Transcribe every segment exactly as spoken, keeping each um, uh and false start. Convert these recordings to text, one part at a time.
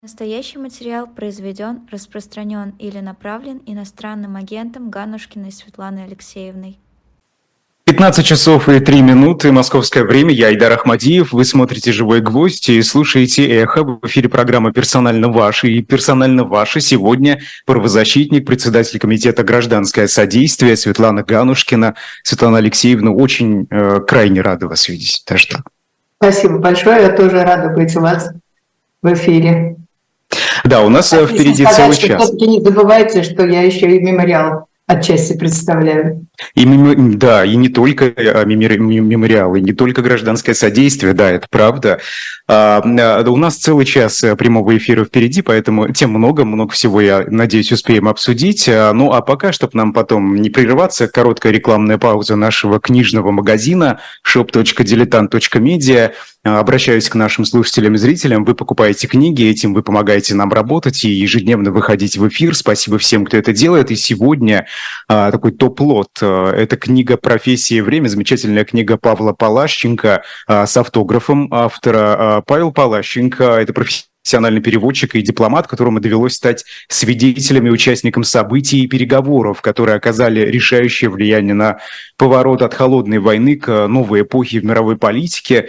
Настоящий материал произведен, распространен или направлен иностранным агентом Ганушкиной Светланой Алексеевной. пятнадцать часов и три минуты, московское время. Я Айдар Ахмадиев. Вы смотрите «Живой гвоздь» и слушаете «Эхо». В эфире программа «Персонально ваше». И персонально ваше сегодня правозащитник, председатель комитета «Гражданское содействие» Светлана Ганушкина. Светлана Алексеевна, очень э, крайне рада вас видеть. Так что... Спасибо большое. Я тоже рада быть у вас в эфире. Да, у нас Хочу впереди сказать, целый час. Все-таки не забывайте, что я еще и мемориал отчасти представляю. И, да, и не только мемориал, и не только гражданское содействие, да, это правда. А, у нас целый час прямого эфира впереди, поэтому тем много, много всего, я надеюсь, успеем обсудить. Ну, а пока, чтобы нам потом не прерываться, короткая рекламная пауза нашего книжного магазина шоп точка дилетант точка медиа. Обращаюсь к нашим слушателям и зрителям. Вы покупаете книги, этим вы помогаете нам работать и ежедневно выходить в эфир. Спасибо всем, кто это делает. И сегодня а, такой топ-лот. Это книга «Профессия и время», замечательная книга Павла Палащенко а, с автографом автора. А, Павел Палащенко – это профессиональный переводчик и дипломат, которому довелось стать свидетелем и участником событий и переговоров, которые оказали решающее влияние на поворот от холодной войны к новой эпохе в мировой политике.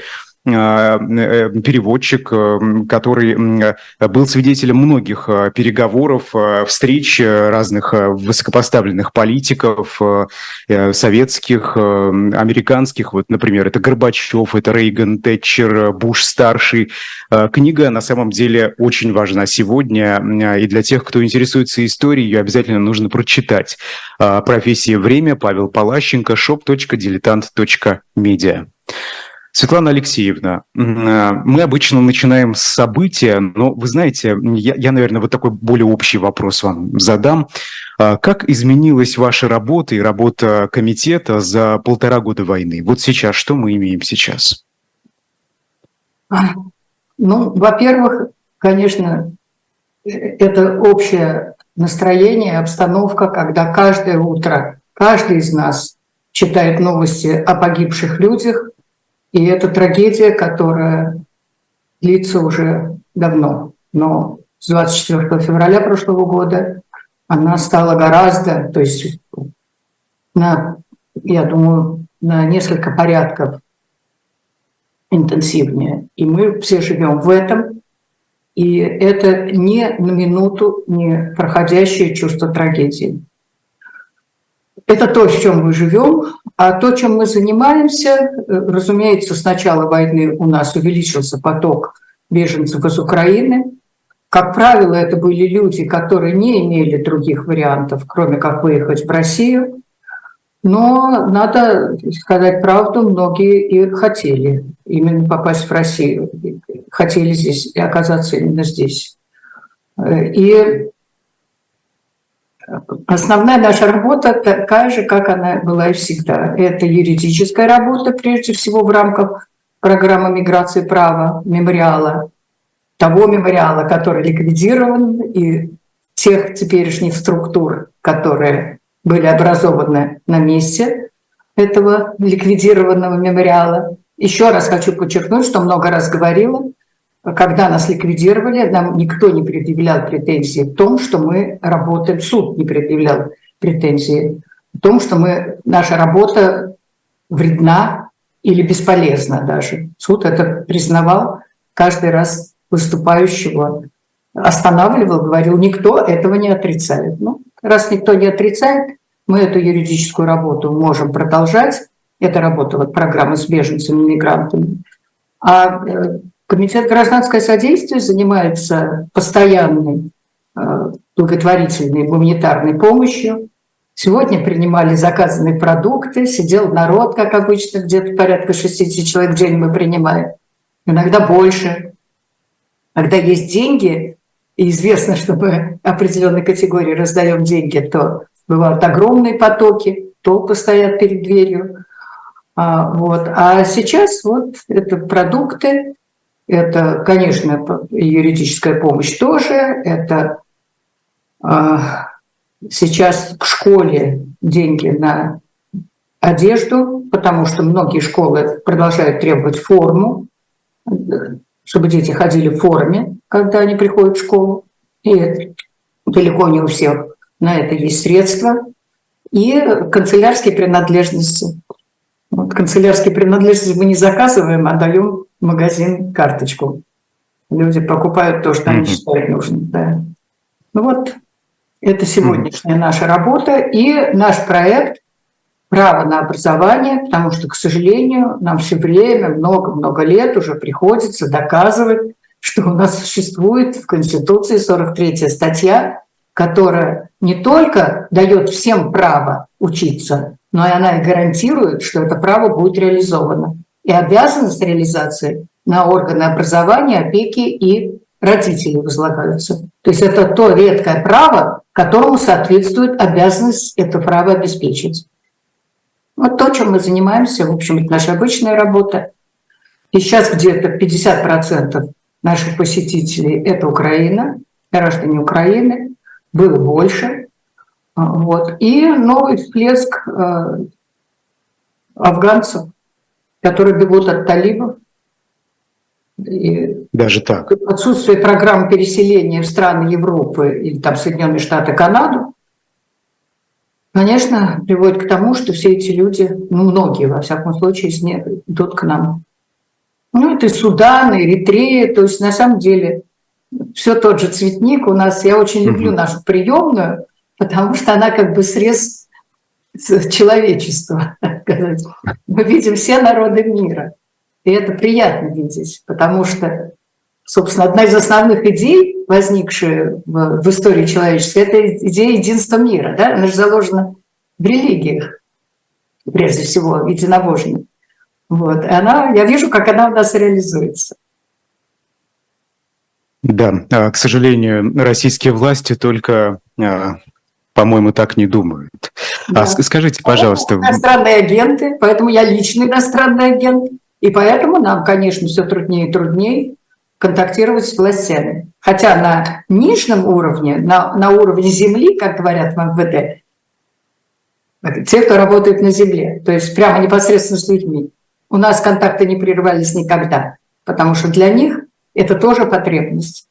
Переводчик, который был свидетелем многих переговоров, встреч разных высокопоставленных политиков, советских, американских. Вот, например, это Горбачев, это Рейган, Тэтчер, Буш-старший. Книга на самом деле очень важна сегодня, и для тех, кто интересуется историей, ее обязательно нужно прочитать. «Профессия и время», Павел Палащенко, шоп точка дилетант точка медиа. Светлана Алексеевна, мы обычно начинаем с события, но вы знаете, я, я, наверное, вот такой более общий вопрос вам задам. Как изменилась ваша работа и работа комитета за полтора года войны? Вот сейчас, что мы имеем сейчас? Ну, во-первых, конечно, это общее настроение, обстановка, когда каждое утро каждый из нас читает новости о погибших людях. И это трагедия, которая длится уже давно. Но с двадцать четвёртого февраля прошлого года она стала гораздо, то есть, на, я думаю, на несколько порядков интенсивнее. И мы все живем в этом. И это ни на минуту не проходящее чувство трагедии. Это то, в чем мы живем, а то, чем мы занимаемся, разумеется, с начала войны у нас увеличился поток беженцев из Украины. Как правило, это были люди, которые не имели других вариантов, кроме как выехать в Россию. Но, надо сказать правду, многие и хотели именно попасть в Россию, хотели здесь и оказаться именно здесь. И основная наша работа такая же, как она была и всегда. Это юридическая работа, прежде всего в рамках программы миграции права, мемориала, того мемориала, который ликвидирован, и тех теперешних структур, которые были образованы на месте этого ликвидированного мемориала. Еще раз хочу подчеркнуть, что много раз говорила, когда нас ликвидировали, нам никто не предъявлял претензии в том, что мы работаем, суд не предъявлял претензии в том, что мы, наша работа вредна или бесполезна даже. Суд это признавал, каждый раз выступающего останавливал, говорил, никто этого не отрицает. Ну, раз никто не отрицает, мы эту юридическую работу можем продолжать. Это работа вот, программы с беженцами, мигрантами. А Комитет «Гражданское содействие» занимается постоянной э, благотворительной гуманитарной помощью. Сегодня принимали заказанные продукты, сидел народ, как обычно, где-то порядка шестьдесят человек в день мы принимаем, иногда больше. Когда есть деньги, и известно, что мы определенной категории раздаем деньги, то бывают огромные потоки, толпы стоят перед дверью. А, вот. а сейчас вот это продукты. Это, конечно, юридическая помощь тоже. Это э, сейчас к школе деньги на одежду, потому что многие школы продолжают требовать форму. чтобы дети ходили в форме, когда они приходят в школу. И далеко не у всех на это есть средства. И канцелярские принадлежности. Вот канцелярские принадлежности мы не заказываем, а даем в магазин карточку. Люди покупают то, что они считают нужным. Да. Ну вот, это сегодняшняя наша работа и наш проект «Право на образование», потому что, к сожалению, нам все время, много-много лет уже приходится доказывать, что у нас существует в Конституции сорок третья статья, которая не только дает всем право учиться, но и она и гарантирует, что это право будет реализовано. И обязанность реализации на органы образования, опеки и родителей возлагаются. То есть это то редкое право, которому соответствует обязанность это право обеспечить. Вот то, чем мы занимаемся, в общем, это наша обычная работа. И сейчас где-то пятьдесят процентов наших посетителей – это Украина, граждане Украины, было больше. Вот. И новый всплеск э, афганцев, которые бегут от талибов. И даже так. Отсутствие программ переселения в страны Европы или там Соединенные Штаты, Канаду, конечно, приводит к тому, что все эти люди, ну, многие, во всяком случае, из них идут к нам. Ну, это и Судан, и Эритрея, то есть на самом деле все тот же цветник у нас. Я очень люблю mm-hmm. нашу приемную, потому что она как бы срез человечества. Мы видим все народы мира. И это приятно видеть, потому что, собственно, одна из основных идей, возникшая в, в истории человечества, это идея единства мира. Да? Она же заложена в религиях, прежде всего, единобожной. Вот. И она, я вижу, как она у нас реализуется. Да, к сожалению, российские власти только, по-моему, так не думают. Да. А скажите, пожалуйста... Мы иностранные агенты, поэтому я личный иностранный агент. И поэтому нам, конечно, все труднее и труднее контактировать с властями. Хотя на нижнем уровне, на, на уровне земли, как говорят в эм вэ дэ, те, кто работает на земле, то есть прямо непосредственно с людьми, у нас контакты не прерывались никогда, потому что для них это тоже потребность.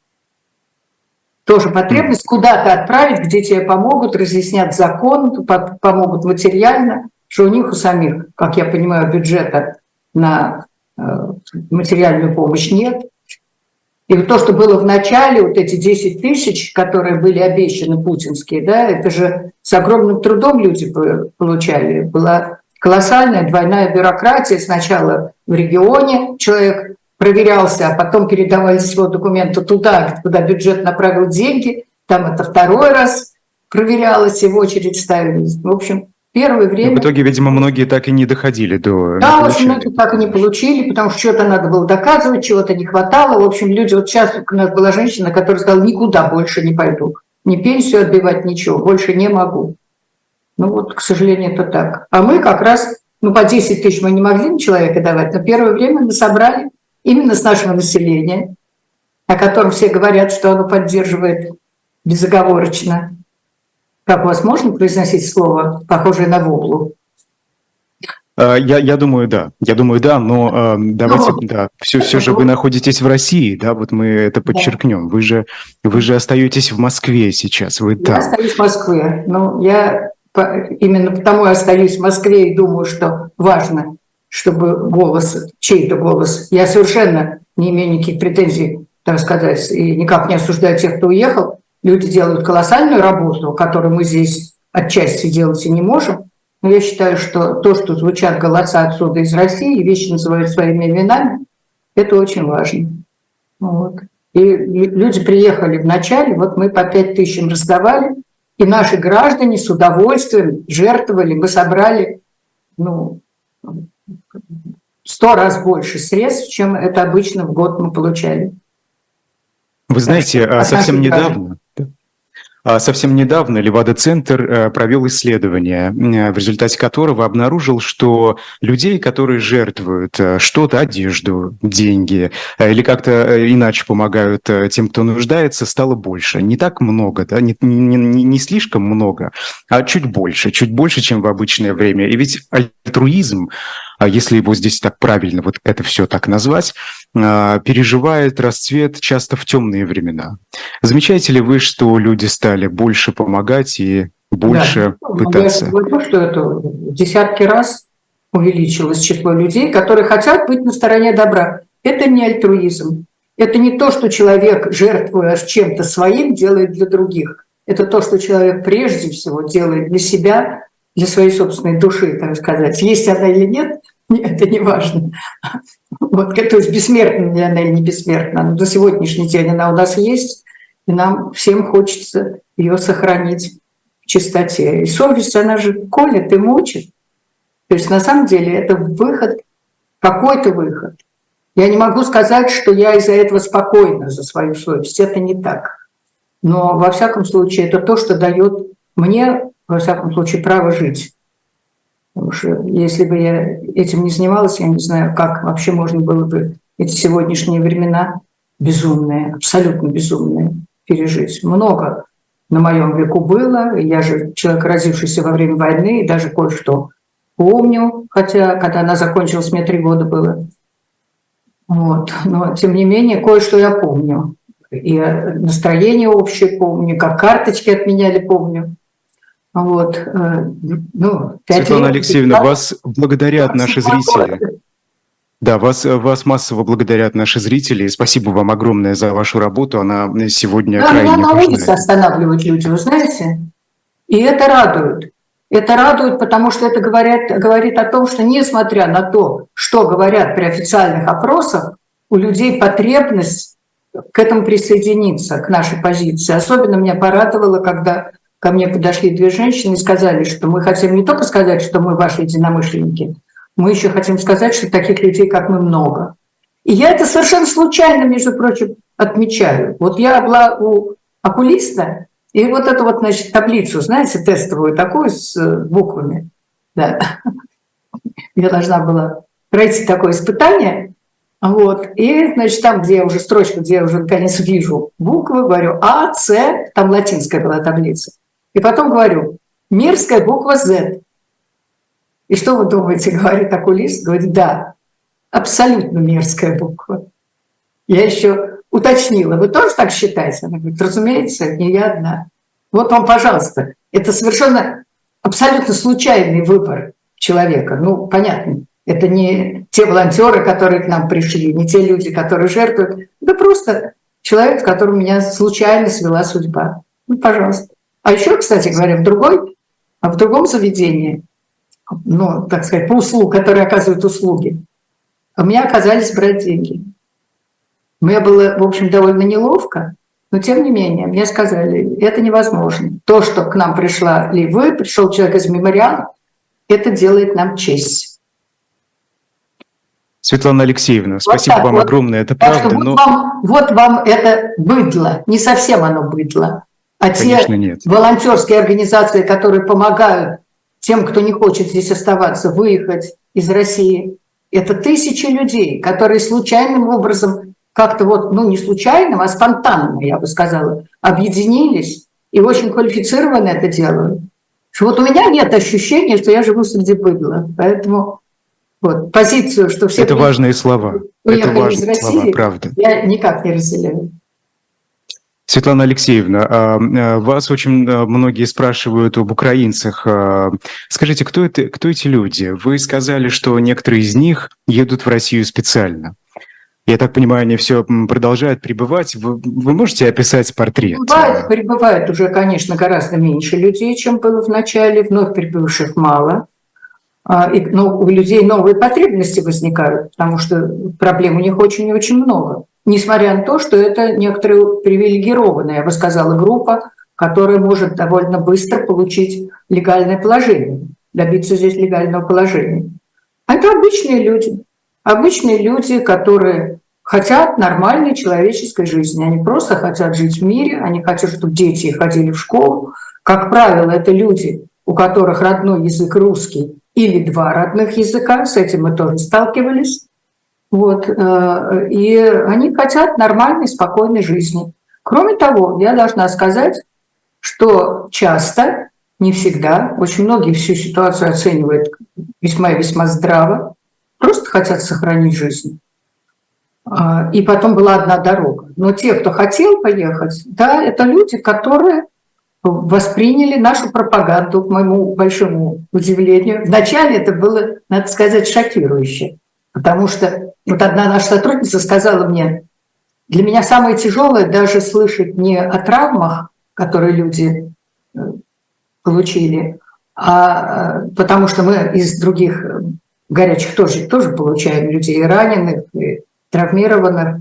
Тоже потребность куда-то отправить, где тебе помогут, разъяснят закон, помогут материально, что у них у самих, как я понимаю, бюджета на э, материальную помощь нет. И вот то, что было в начале, вот эти десять тысяч, которые были обещаны путинские, да, это же с огромным трудом люди получали. Была колоссальная двойная бюрократия. Сначала в регионе человек проверялся, а потом передавались его документы туда, куда бюджет направил деньги. Там это второй раз проверялось, и в очередь ставились. В общем, первое время... В итоге, видимо, многие так и не доходили до... Да, очень многие так и не получили, потому что что-то надо было доказывать, чего-то не хватало. В общем, люди... Вот сейчас у нас была женщина, которая сказала, никуда больше не пойду. Ни пенсию отбивать, ничего, больше не могу. Ну вот, к сожалению, это так. А мы как раз, ну по десять тысяч мы не могли на человека давать, но первое время мы собрали именно с нашего населения, о котором все говорят, что оно поддерживает безоговорочно. Как у вас можно произносить слово, похожее на воблу? Я, я думаю, да. Я думаю, да, но э, давайте, ну, да. Все, все же вы находитесь в России, да, вот мы это подчеркнем. Вы же, вы же остаетесь в Москве сейчас, вы там. Я остаюсь в Москве. Ну, я именно потому и остаюсь в Москве и думаю, что важно, чтобы голос, чей-то голос. Я совершенно не имею никаких претензий, так сказать, и никак не осуждаю тех, кто уехал. Люди делают колоссальную работу, которую мы здесь отчасти делать и не можем. Но я считаю, что то, что звучат голоса отсюда из России, вещи называют своими именами, это очень важно. Вот. И люди приехали в начале, вот мы по пять тысяч им раздавали, и наши граждане с удовольствием жертвовали. Мы собрали ну, сто раз больше средств, чем это обычно в год мы получали. Вы знаете, так, совсем недавно... Совсем недавно Левада-центр провел исследование, в результате которого обнаружил, что людей, которые жертвуют что-то, одежду, деньги или как-то иначе помогают тем, кто нуждается, стало больше. Не так много, да? не, не, не слишком много, а чуть больше, чуть больше, чем в обычное время. И ведь альтруизм, если его здесь так правильно вот это все так назвать, переживает расцвет часто в темные времена. Замечаете ли вы, что люди стали больше помогать и больше да. пытаться? Я говорю, что это в десятки раз увеличилось число людей, которые хотят быть на стороне добра. Это не альтруизм. Это не то, что человек, жертвуя чем-то своим, делает для других. Это то, что человек прежде всего делает для себя, для своей собственной души, так сказать. Есть она или нет, это не важно. Вот, то есть бессмертна ли она или не бессмертна. Но до сегодняшний день она у нас есть, и нам всем хочется ее сохранить в чистоте. И совесть, она же колет и мучит. То есть на самом деле это выход, какой-то выход. Я не могу сказать, что я из-за этого спокойна за свою совесть. Это не так. Но во всяком случае это то, что дает мне, во всяком случае, право жить. Потому что если бы я этим не занималась, я не знаю, как вообще можно было бы эти сегодняшние времена безумные, абсолютно безумные пережить. Много на моем веку было. Я же человек, родившийся во время войны, и даже кое-что помню, хотя когда она закончилась, мне три года было. Вот. Но тем не менее, кое-что я помню. И настроение общее помню, как карточки отменяли, помню. Вот. Ну, Светлана лет, Алексеевна, да? Вас благодарят наши зрители. Да, вас, вас массово благодарят наши зрители. Спасибо вам огромное за вашу работу. Она сегодня да, крайне важна. Да, на улице важна. Останавливают люди, вы знаете. И это радует. Это радует, потому что это говорит, говорит о том, что несмотря на то, что говорят при официальных опросах, у людей потребность к этому присоединиться, к нашей позиции. Особенно меня порадовало, когда ко мне подошли две женщины и сказали, что мы хотим не только сказать, что мы ваши единомышленники, мы еще хотим сказать, что таких людей, как мы, много. И я это совершенно случайно, между прочим, отмечаю. Вот я была у окулиста, и вот эту вот, значит, таблицу, знаете, тестовую такую с буквами, да, я должна была пройти такое испытание, вот, и, значит, там, где я уже строчку, где я уже наконец вижу буквы, говорю А, С, там латинская была таблица, и потом говорю мерзкая буква З. И что вы думаете, говорит окулист? Говорит, да, абсолютно мерзкая буква. Я еще уточнила, вы тоже так считаете? Она говорит, разумеется, не я одна. Вот вам, пожалуйста, это совершенно абсолютно случайный выбор человека. Ну, понятно, это не те волонтеры, которые к нам пришли, не те люди, которые жертвуют. Это просто человек, с которым меня случайно свела судьба. Ну, пожалуйста. А еще, кстати говоря, в другой, в другом заведении, ну, так сказать, по услугам, которые оказывают услуги, у меня оказались брать деньги. Мне было, в общем, довольно неловко, но тем не менее, мне сказали, это невозможно. То, что к нам пришла ли вы, пришел человек из мемориала, это делает нам честь. Светлана Алексеевна, вот спасибо вам вот. огромное, это так правда. Вот, но... вам, вот вам это быдло, не совсем оно быдло, а Конечно, те нет. волонтерские организации, которые помогают тем, кто не хочет здесь оставаться, выехать из России, это тысячи людей, которые случайным образом, как-то вот, ну не случайным, а спонтанно, я бы сказала, объединились и очень квалифицированно это делают. Вот у меня нет ощущения, что я живу среди быдла, поэтому вот, позицию, что все... Это важные слова, это важные России, слова, правда. Я никак не разделяю. Светлана Алексеевна, вас очень многие спрашивают об украинцах. Скажите, кто это, кто эти люди? Вы сказали, что некоторые из них едут в Россию специально. Я так понимаю, они все продолжают прибывать. Вы, вы можете описать портрет? Прибывает, прибывает уже, конечно, гораздо меньше людей, чем было в начале. Вновь прибывших мало. Но у людей новые потребности возникают, потому что проблем у них очень и очень много. Несмотря на то, что это некоторая привилегированная, я бы сказала, группа, которая может довольно быстро получить легальное положение, добиться здесь легального положения. А это обычные люди. Обычные люди, которые хотят нормальной человеческой жизни. Они просто хотят жить в мире, они хотят, чтобы дети их ходили в школу. Как правило, это люди, у которых родной язык русский или два родных языка, с этим мы тоже сталкивались. Вот. И они хотят нормальной, спокойной жизни. Кроме того, я должна сказать, что часто, не всегда, очень многие всю ситуацию оценивают весьма и весьма здраво, просто хотят сохранить жизнь. И потом была одна дорога. Но те, кто хотел поехать, да, это люди, которые восприняли нашу пропаганду, к моему большому удивлению. Вначале это было, надо сказать, шокирующе. Потому что вот одна наша сотрудница сказала мне, для меня самое тяжелое даже слышать не о травмах, которые люди получили, а потому что мы из других горячих тоже, тоже получаем людей и раненых, и травмированных.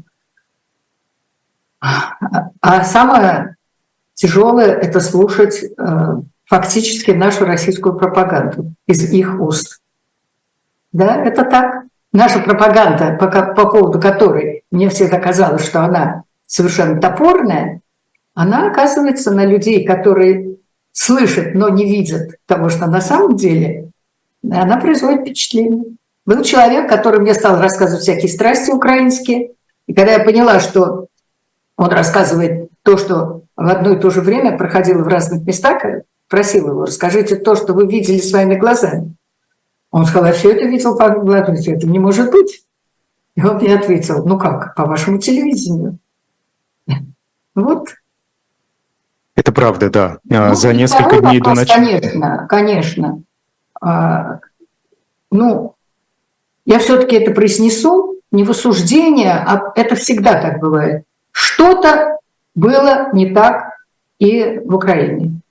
А самое тяжелое — это слушать фактически нашу российскую пропаганду из их уст. Да, это так. Наша пропаганда, по, по поводу которой мне всегда казалось, что она совершенно топорная, она оказывается на людей, которые слышат, но не видят того, что на самом деле, она производит впечатление. Был человек, который мне стал рассказывать всякие страсти украинские, и когда я поняла, что он рассказывает то, что в одно и то же время проходило в разных местах, просила его, расскажите то, что вы видели своими глазами. Он сказал, я все это видел по глазам, это не может быть. И он мне ответил, ну как, по вашему телевидению. Вот. Это правда, да. Ну, За несколько дней вопрос, до начала. Конечно, конечно. А, ну, я все-таки это произнесу, не в осуждение, а это всегда так бывает. Что-то было не так и в Украине.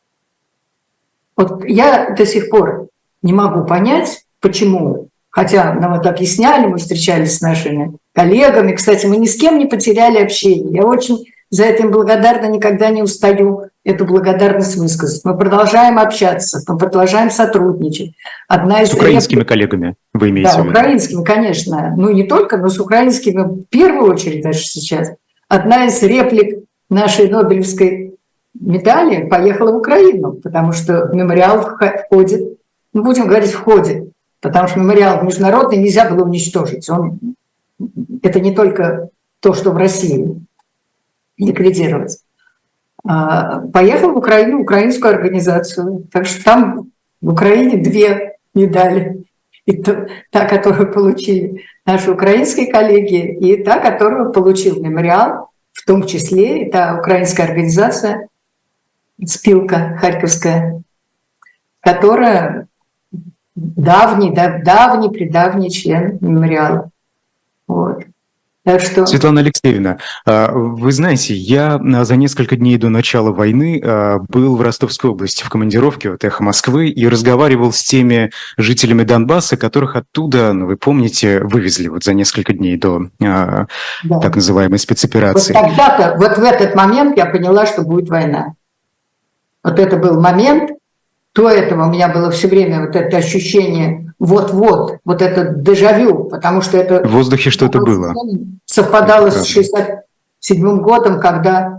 Вот я до сих пор не могу понять, почему, хотя нам это объясняли, мы встречались с нашими коллегами. Кстати, мы ни с кем не потеряли общение. Я очень за это им благодарна, никогда не устаю эту благодарность высказать. Мы продолжаем общаться, мы продолжаем сотрудничать. Одна из с украинскими реплик... коллегами вы имеете да, в виду? Да, украинскими, конечно. Ну, не только, но с украинскими в первую очередь даже сейчас. Одна из реплик нашей Нобелевской медали поехала в Украину, потому что мемориал входит, ну, будем говорить, входит, потому что мемориал международный нельзя было уничтожить. Он, это не только то, что в России ликвидировать. Поехал в Украину, украинскую организацию. Так что там в Украине две медали. И та, та, которую получили наши украинские коллеги, и та, которую получил мемориал, в том числе и та украинская организация «Спилка» харьковская, которая давний, да, давний, предавний член мемориала. Вот. Так что... Светлана Алексеевна, вы знаете, я за несколько дней до начала войны был в Ростовской области в командировке, вот «Эхо Москвы», и разговаривал с теми жителями Донбасса, которых оттуда, ну, вы помните, вывезли вот за несколько дней до да. так называемой спецоперации. Вот тогда-то, вот в этот момент я поняла, что будет война. Вот это был момент. До этого у меня было все время вот это ощущение вот-вот, вот это дежавю, потому что это... В воздухе что-то было. Совпадало с шестьдесят седьмым годом, когда,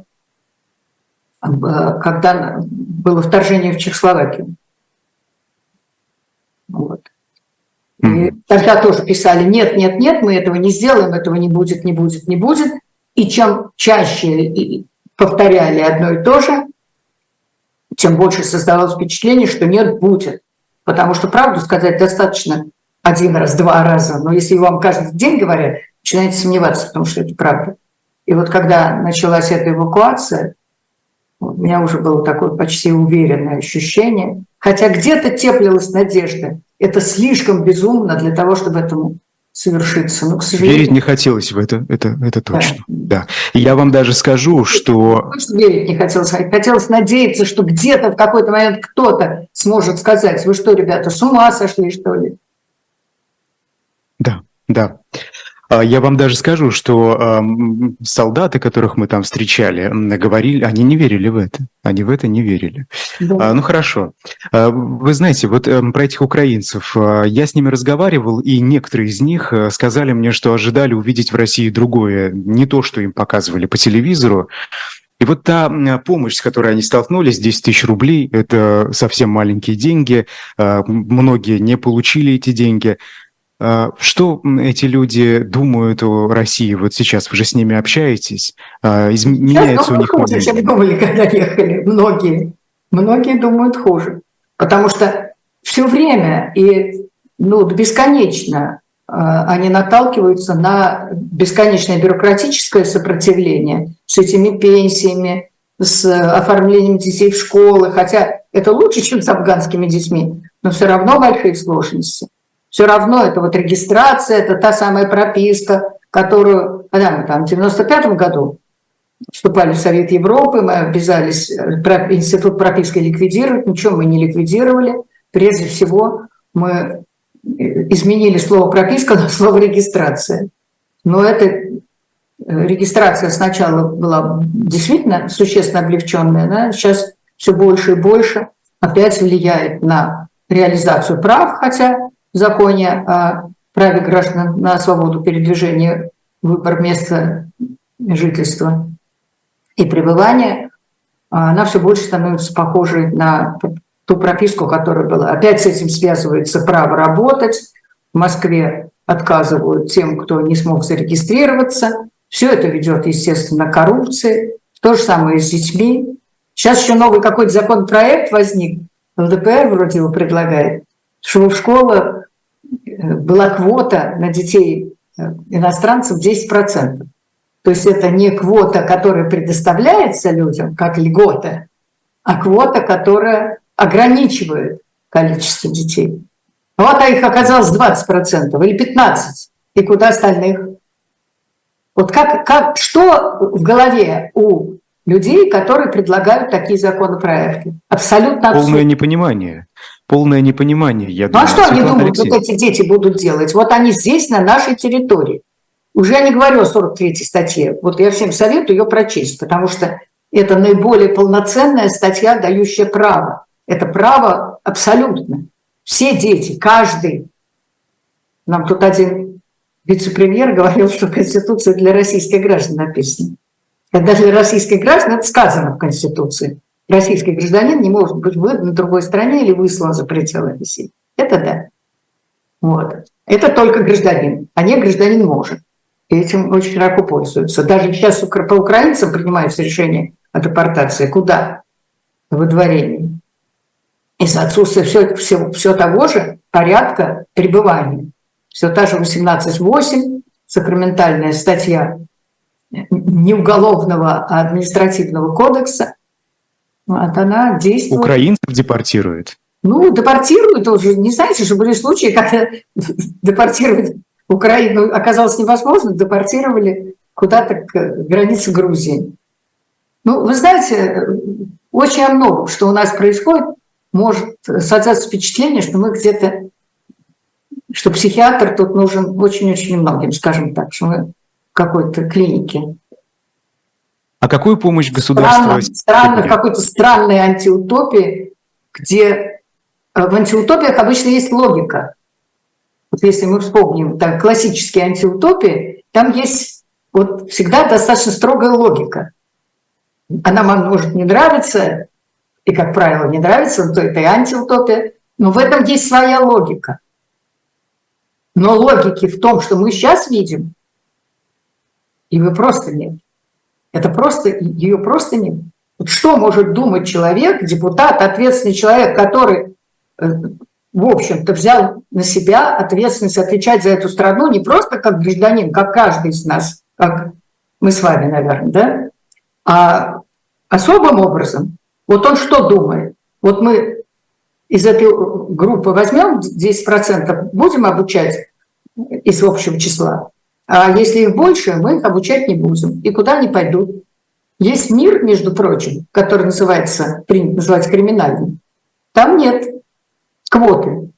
когда было вторжение в Чехословакию. Вот. Mm-hmm. И тогда тоже писали, нет, нет, нет, мы этого не сделаем, этого не будет, не будет, не будет. И чем чаще повторяли одно и то же, тем больше создавалось впечатление, что нет, будет. Потому что правду сказать достаточно один раз, два раза. Но если вам каждый день говорят, начинаете сомневаться, потому что это правда. И вот когда началась эта эвакуация, у меня уже было такое почти уверенное ощущение. Хотя где-то теплилась надежда. Это слишком безумно для того, чтобы этому совершиться. Но, к сожалению... Верить не хотелось в это, это, это точно. Да. Да. И я вам даже скажу, что... Верить не хотелось. Хотелось надеяться, что где-то в какой-то момент кто-то сможет сказать, вы что, ребята, с ума сошли, что ли? Да, да. Я вам даже скажу, что э, солдаты, которых мы там встречали, говорили, они не верили в это. Они в это не верили. Да. А, ну хорошо. А, вы знаете, вот э, про этих украинцев. Э, я с ними разговаривал, и некоторые из них э, сказали мне, что ожидали увидеть в России другое, не то, что им показывали по телевизору. И вот та помощь, с которой они столкнулись, десять тысяч рублей, это совсем маленькие деньги. Э, многие не получили эти деньги. Что эти люди думают о России вот сейчас? Вы же с ними общаетесь? Изменяется у них хуже, чем думали, когда ехали. Многие. Многие думают хуже. Потому что все время и ну, бесконечно они наталкиваются на бесконечное бюрократическое сопротивление с этими пенсиями, с оформлением детей в школы, хотя это лучше, чем с афганскими детьми, но все равно большие сложности. Все равно это вот регистрация, это та самая прописка, которую, когда мы там в девяносто пятом году вступали в Совет Европы, мы обязались институт прописки ликвидировать, ничего мы не ликвидировали. Прежде всего мы изменили слово прописка на слово регистрация. Но эта регистрация сначала была действительно существенно облегченная, да? Сейчас все больше и больше опять влияет на реализацию прав, хотя в законе о праве граждан на свободу передвижения, выбор места жительства и пребывания, она все больше становится похожей на ту прописку, которая была. Опять с этим связывается право работать. В Москве отказывают тем, кто не смог зарегистрироваться. Все это ведет, естественно, к коррупции. То же самое и с детьми. Сейчас еще новый какой-то законопроект возник. ЛДПР вроде его предлагает, чтобы в школах была квота на детей иностранцев десять процентов. То есть это не квота, которая предоставляется людям, как льгота, а квота, которая ограничивает количество детей. Вот, а их оказалось двадцать процентов или пятнадцать процентов. И куда остальных? Вот как, как, что в голове у людей, которые предлагают такие законопроекты? Абсолютно абсурдно. Полное непонимание. Полное непонимание, я ну думаю. а что они думают, Алексей. вот эти дети будут делать? Вот они здесь, на нашей территории. Уже я не говорю о сорок третьей статье. Вот я всем советую ее прочесть, потому что это наиболее полноценная статья, дающая право. Это право абсолютно. Все дети, каждый. Нам тут один вице-премьер говорил, что Конституция для российских граждан написана. Когда для российских граждан, это сказано в Конституции. Российский гражданин не может быть выдан в другой стране или выслан за пределы России. Это да. Вот. Это только гражданин, а не гражданин может. И этим очень широко пользуются. Даже сейчас по украинцам принимаются решения о депортации. Куда? В выдворении. Из-за отсутствия все, все, все того же порядка пребывания. Все та же восемнадцать восемь, сакраментальная статья не уголовного, а административного кодекса. Вот она действует. Украинцев депортируют? Ну, депортируют уже. Не знаете, что были случаи, когда депортировать Украину оказалось невозможно, депортировали куда-то к границе Грузии. Ну, вы знаете, очень о многом, что у нас происходит, может создаться впечатление, что мы где-то, что психиатр тут нужен очень-очень многим, скажем так, что мы в какой-то клинике. А какую помощь государства? Странно, странно, в какой-то странной антиутопии, где в антиутопиях обычно есть логика. Вот если мы вспомним так, классические антиутопии, там есть вот всегда достаточно строгая логика. Она вам может не нравиться, и, как правило, не нравится, то это и антиутопия, но в этом есть своя логика. Но логики в том, что мы сейчас видим, ее просто нет. Это просто, ее просто нет. Вот что может думать человек, депутат, ответственный человек, который, в общем-то, взял на себя ответственность отвечать за эту страну не просто как гражданин, как каждый из нас, как мы с вами, наверное, да, а особым образом. Вот он что думает? Вот мы из этой группы возьмем десять процентов, будем обучать из общего числа, а если их больше, мы их обучать не будем. И куда они пойдут? Есть мир, между прочим, который называется, принято называть криминальным. Там нет квоты.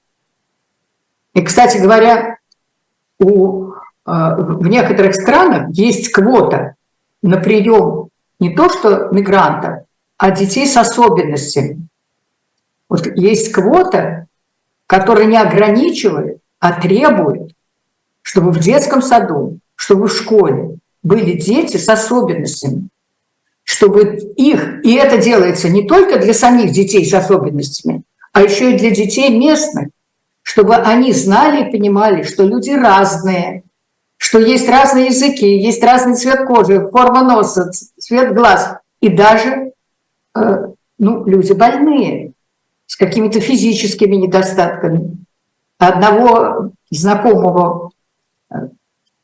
И, кстати говоря, у, в некоторых странах есть квота на прием не то что мигрантов, а детей с особенностями. Вот есть квота, которая не ограничивает, а требует, чтобы в детском саду, чтобы в школе были дети с особенностями, чтобы их, и это делается не только для самих детей с особенностями, а еще и для детей местных, чтобы они знали и понимали, что люди разные, что есть разные языки, есть разный цвет кожи, форма носа, цвет глаз, и даже э, ну, люди больные, с какими-то физическими недостатками. Одного знакомого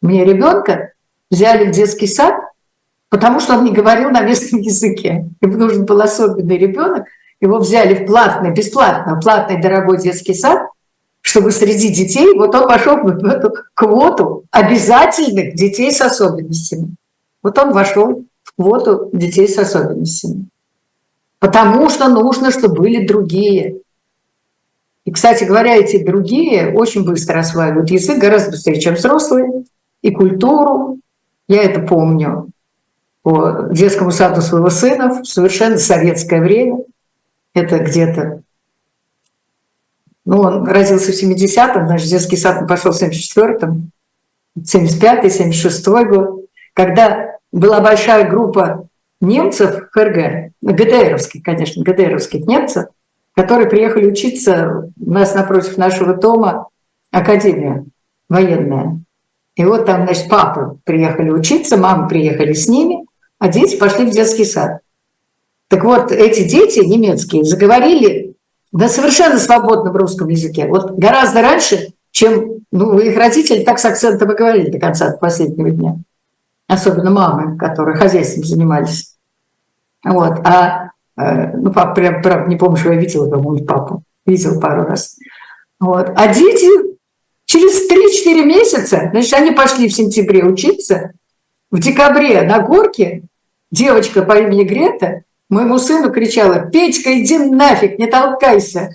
Мне ребенка взяли в детский сад, потому что он не говорил на местном языке. Ему нужен был особенный ребенок. Его взяли в платный, бесплатно, платный дорогой детский сад, чтобы среди детей, вот он вошел в эту квоту обязательных детей с особенностями. Вот он вошел в квоту детей с особенностями. Потому что нужно, чтобы были другие. И, кстати говоря, эти другие очень быстро осваивают язык, гораздо быстрее, чем взрослые, и культуру. Я это помню по детскому саду своего сына в совершенно советское время. Это где-то... Ну, он родился в семидесятом, значит, детский сад он пошел в семьдесят четвёртом, семьдесят пятый, семьдесят шестой год, когда была большая группа немцев ФРГ, ГДРовских, конечно, ГДРовских немцев, которые приехали учиться у нас напротив нашего дома, академия военная. И вот там, значит, папы приехали учиться, мамы приехали с ними, а дети пошли в детский сад. Так вот, эти дети немецкие заговорили на совершенно свободном русском языке. Вот гораздо раньше, чем ну, их родители так с акцентом и говорили до конца до последнего дня. Особенно мамы, которые хозяйством занимались. Вот. А ну, папа, прям, правда, не помню, что я видела, по-моему, папу. Видела пару раз. Вот. А дети через три-четыре месяца, значит, они пошли в сентябре учиться. В декабре на горке девочка по имени Грета моему сыну кричала: «Петька, иди нафиг, не толкайся!»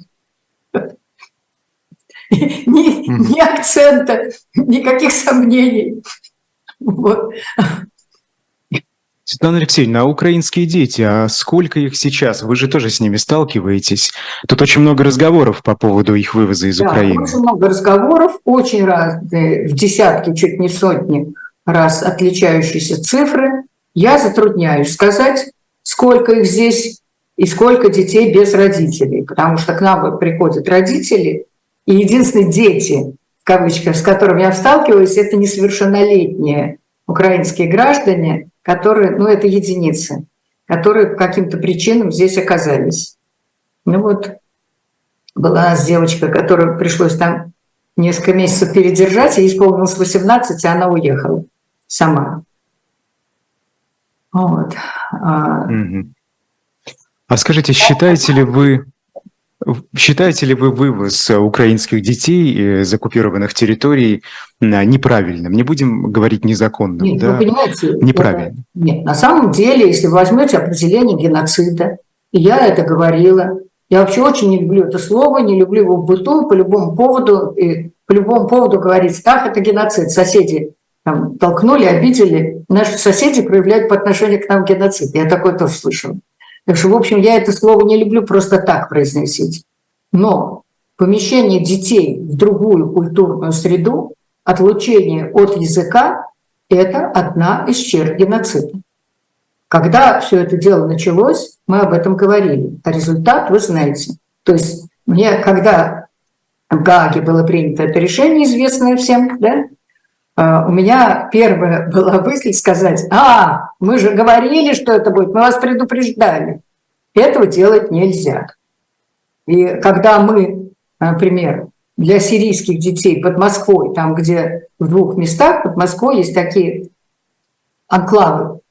Ни, ни акцента, никаких сомнений. Вот. Светлана Алексеевна, а украинские дети, а сколько их сейчас? Вы же тоже с ними сталкиваетесь. Тут очень много разговоров по поводу их вывоза из да, Украины. Очень много разговоров, очень разные, в десятки, чуть не сотни раз отличающиеся цифры. Я затрудняюсь сказать, сколько их здесь и сколько детей без родителей, потому что к нам приходят родители, и единственные дети, в кавычках, с которыми я сталкиваюсь, это несовершеннолетние украинские граждане, которые, ну это единицы, которые по каким-то причинам здесь оказались. Ну вот была у нас девочка, которую пришлось там несколько месяцев передержать, ей исполнилось восемнадцать, и она уехала сама. Вот. Mm-hmm. А скажите, считаете ли вы, считаете ли вы вывоз украинских детей из оккупированных территорий неправильным? Не будем говорить незаконным, нет, да? Вы понимаете, неправильно. Это, нет, на самом деле, если вы возьмете определение геноцида, и я это говорила, я вообще очень не люблю это слово, не люблю его в быту, по любому поводу, и по любому поводу говорить: ах, это геноцид, соседи там, толкнули, обидели, наши соседи проявляют по отношению к нам геноцид. Я такое тоже слышала. Так что, в общем, я это слово не люблю просто так произносить. Но помещение детей в другую культурную среду, отлучение от языка – это одна из черт геноцида. Когда все это дело началось, мы об этом говорили. А результат вы знаете. То есть мне, когда в Гааге было принято это решение, известное всем, да, у меня первая была мысль сказать: а, мы же говорили, что это будет, мы вас предупреждали. Этого делать нельзя. И когда мы, например, для сирийских детей под Москвой, там, где в двух местах под Москвой есть такие анклавы,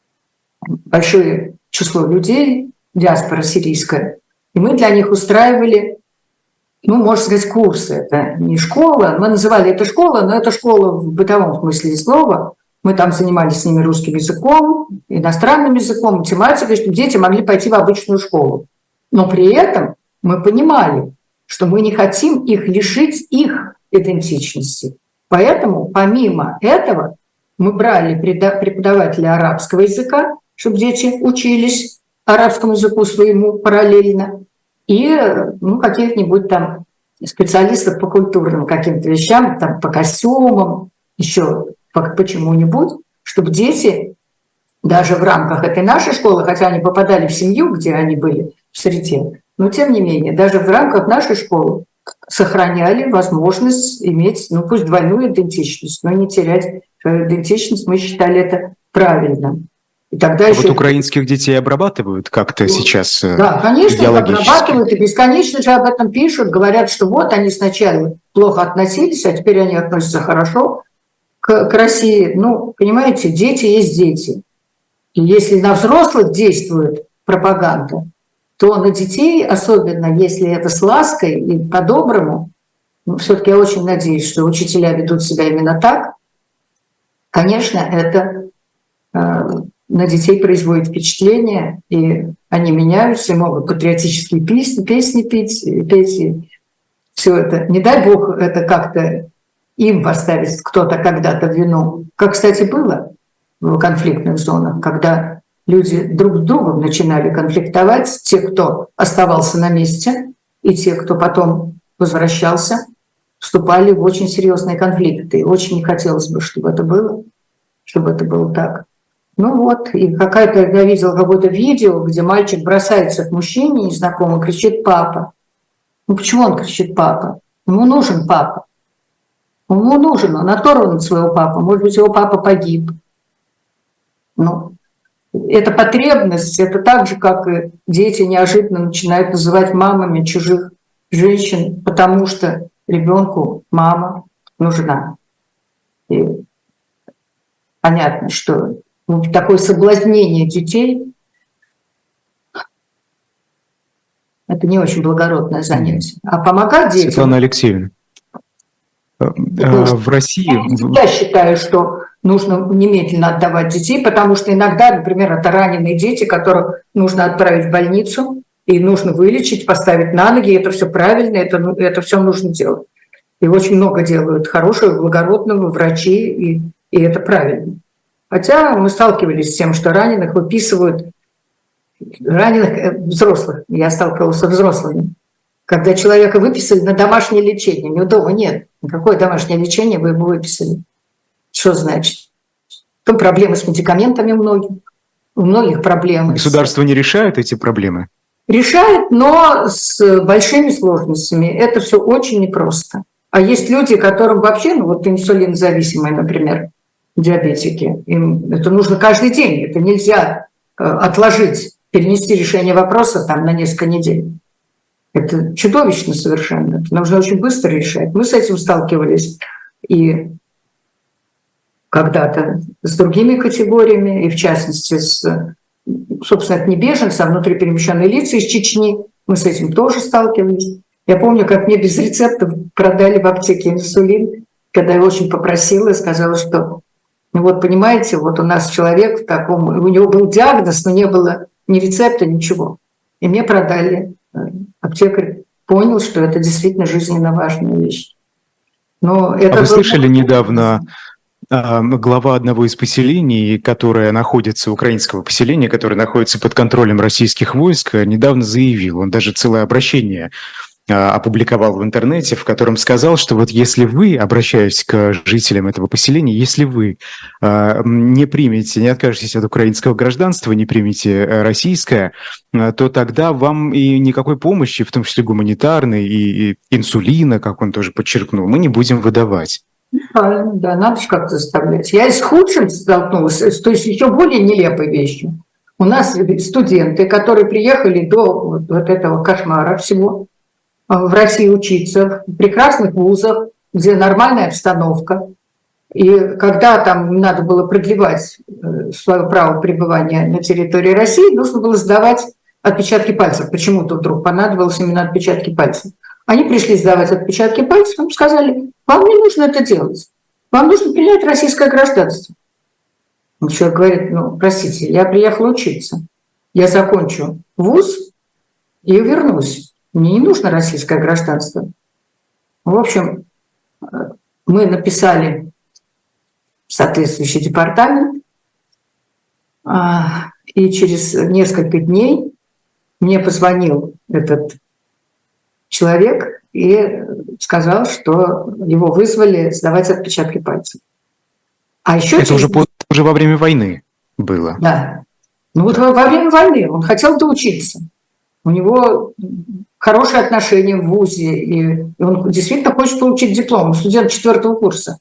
большое число людей, диаспора сирийская, и мы для них устраивали, ну, можно сказать, курсы. Это не школа, мы называли это школа, но это школа в бытовом смысле слова. Мы там занимались с ними русским языком, иностранным языком, математикой, чтобы дети могли пойти в обычную школу. Но при этом мы понимали, что мы не хотим их лишить их идентичности. Поэтому помимо этого мы брали преподавателя арабского языка, чтобы дети учились арабскому языку своему параллельно, и ну, каких-нибудь там специалистов по культурным каким-то вещам, там, по костюмам, еще по почему-нибудь, чтобы дети даже в рамках этой нашей школы, хотя они попадали в семью, где они были в среде, но тем не менее, даже в рамках нашей школы сохраняли возможность иметь, ну пусть двойную идентичность, но не терять свою идентичность. Мы считали это правильным. И тогда а еще... вот украинских детей обрабатывают как-то сейчас идеологически? Да, конечно, их обрабатывают и бесконечно же об этом пишут, говорят, что вот они сначала плохо относились, а теперь они относятся хорошо к к, к России. Ну, понимаете, дети есть дети. И если на взрослых действует пропаганда, то на детей, особенно если это с лаской и по-доброму, ну, все-таки я очень надеюсь, что учителя ведут себя именно так, конечно, это э, на детей производит впечатление, и они меняются, могут патриотические песни, песни петь, петь и все это. Не дай бог это как-то им поставить кто-то когда-то в вину. Как, кстати, было в конфликтных зонах, когда люди друг с другом начинали конфликтовать, те, кто оставался на месте, и те, кто потом возвращался, вступали в очень серьезные конфликты. И очень не хотелось бы, чтобы это было, чтобы это было так. Ну вот, и какая-то, я видела какое-то видео, где мальчик бросается к мужчине незнакомому, кричит «папа». Ну почему он кричит «папа»? Ему нужен папа. Ему нужен, он оторван от своего папы. Может быть, его папа погиб. Ну, это потребность, это так же, как и дети неожиданно начинают называть мамами чужих женщин, потому что ребенку мама нужна. И понятно, что такое соблазнение детей — это не очень благородное занятие. А помогать детям... Светлана Алексеевна, в России... Я считаю, что нужно немедленно отдавать детей, потому что иногда, например, это раненые дети, которых нужно отправить в больницу, и нужно вылечить, поставить на ноги, это все правильно, это, это все нужно делать. И очень много делают хорошего, благородного, врачи, и, и это правильно. Хотя мы сталкивались с тем, что раненых выписывают, раненых взрослых, я сталкивалась со взрослыми, когда человека выписали на домашнее лечение, у него дома нет. Какое домашнее лечение вы ему выписали? Что значит? Там проблемы с медикаментами у многих, у многих проблемы. Государство не решает эти проблемы? Решает, но с большими сложностями. Это все очень непросто. А есть люди, которым вообще, ну вот инсулинозависимые, например, диабетики, им это нужно каждый день, это нельзя отложить, перенести решение вопроса там на несколько недель. Это чудовищно совершенно. Это нужно очень быстро решать. Мы с этим сталкивались и когда-то с другими категориями, и в частности с, собственно, это не беженцы, а внутриперемещенные лица из Чечни. Мы с этим тоже сталкивались. Я помню, как мне без рецептов продали в аптеке инсулин, когда я очень попросила и сказала, что, ну вот понимаете, вот у нас человек в таком, у него был диагноз, но не было ни рецепта, ничего. И мне продали. Аптекарь понял, что это действительно жизненно важная вещь. Но это а вы был... слышали недавно э, глава одного из поселений, которое находится, украинского поселения, которое находится под контролем российских войск, недавно заявил, он даже целое обращение э, опубликовал в интернете, в котором сказал, что вот если вы, обращаясь к жителям этого поселения, если вы э, не примете, не откажетесь от украинского гражданства, не примете российское, то тогда вам и никакой помощи, в том числе гуманитарной, и, и инсулина, как он тоже подчеркнул, мы не будем выдавать. Правильно, да, надо же как-то заставлять. Я и с худшим столкнулась, то есть еще более нелепой вещью. У нас студенты, которые приехали до вот, вот этого кошмара всего в России учиться, в прекрасных вузах, где нормальная обстановка. И когда там надо было продлевать свое право пребывания на территории России, нужно было сдавать отпечатки пальцев. Почему-то вдруг понадобилось именно отпечатки пальцев. Они пришли сдавать отпечатки пальцев, им сказали, вам не нужно это делать, вам нужно принять российское гражданство. Человек говорит, ну, простите, я приехал учиться, я закончу вуз и вернусь, мне не нужно российское гражданство. В общем, мы написали соответствующий департамент, и через несколько дней мне позвонил этот человек и сказал, что его вызвали сдавать отпечатки пальцев. А еще это через... уже, уже во время войны было. Да. Ну вот во время войны он хотел доучиться. У него хорошие отношения в вузе, и он действительно хочет получить диплом. Он студент четвертого курса.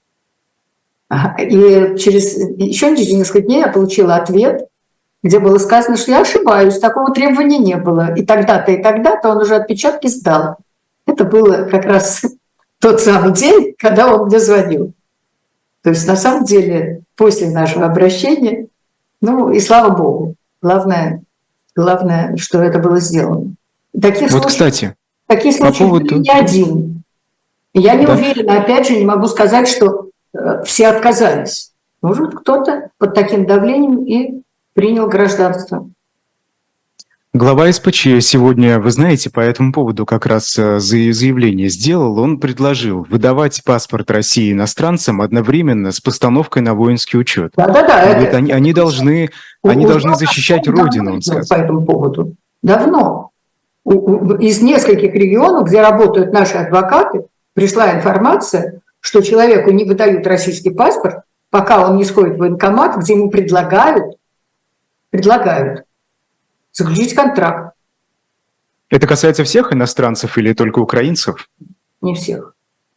И через еще через несколько дней я получила ответ, где было сказано, что я ошибаюсь, такого требования не было. И тогда-то, и тогда-то он уже отпечатки сдал. Это было как раз тот самый день, когда он мне звонил. То есть на самом деле после нашего обращения, ну и слава Богу, главное, главное, что это было сделано. Таких вот, случаев, кстати, таких случаев по поводу... не один. Я не да. уверена, опять же, не могу сказать, что э, все отказались. Может, кто-то под таким давлением и принял гражданство. Глава СПЧ сегодня, вы знаете, по этому поводу как раз заявление сделал. Он предложил выдавать паспорт России иностранцам одновременно с постановкой на воинский учет. Да-да-да. Это, они, они должны, они должны защищать Родину. Он сказал. По этому поводу. Давно. Из нескольких регионов, где работают наши адвокаты, пришла информация, что человеку не выдают российский паспорт, пока он не сходит в военкомат, где ему предлагают, предлагают заключить контракт. Это касается всех иностранцев или только украинцев? Не всех.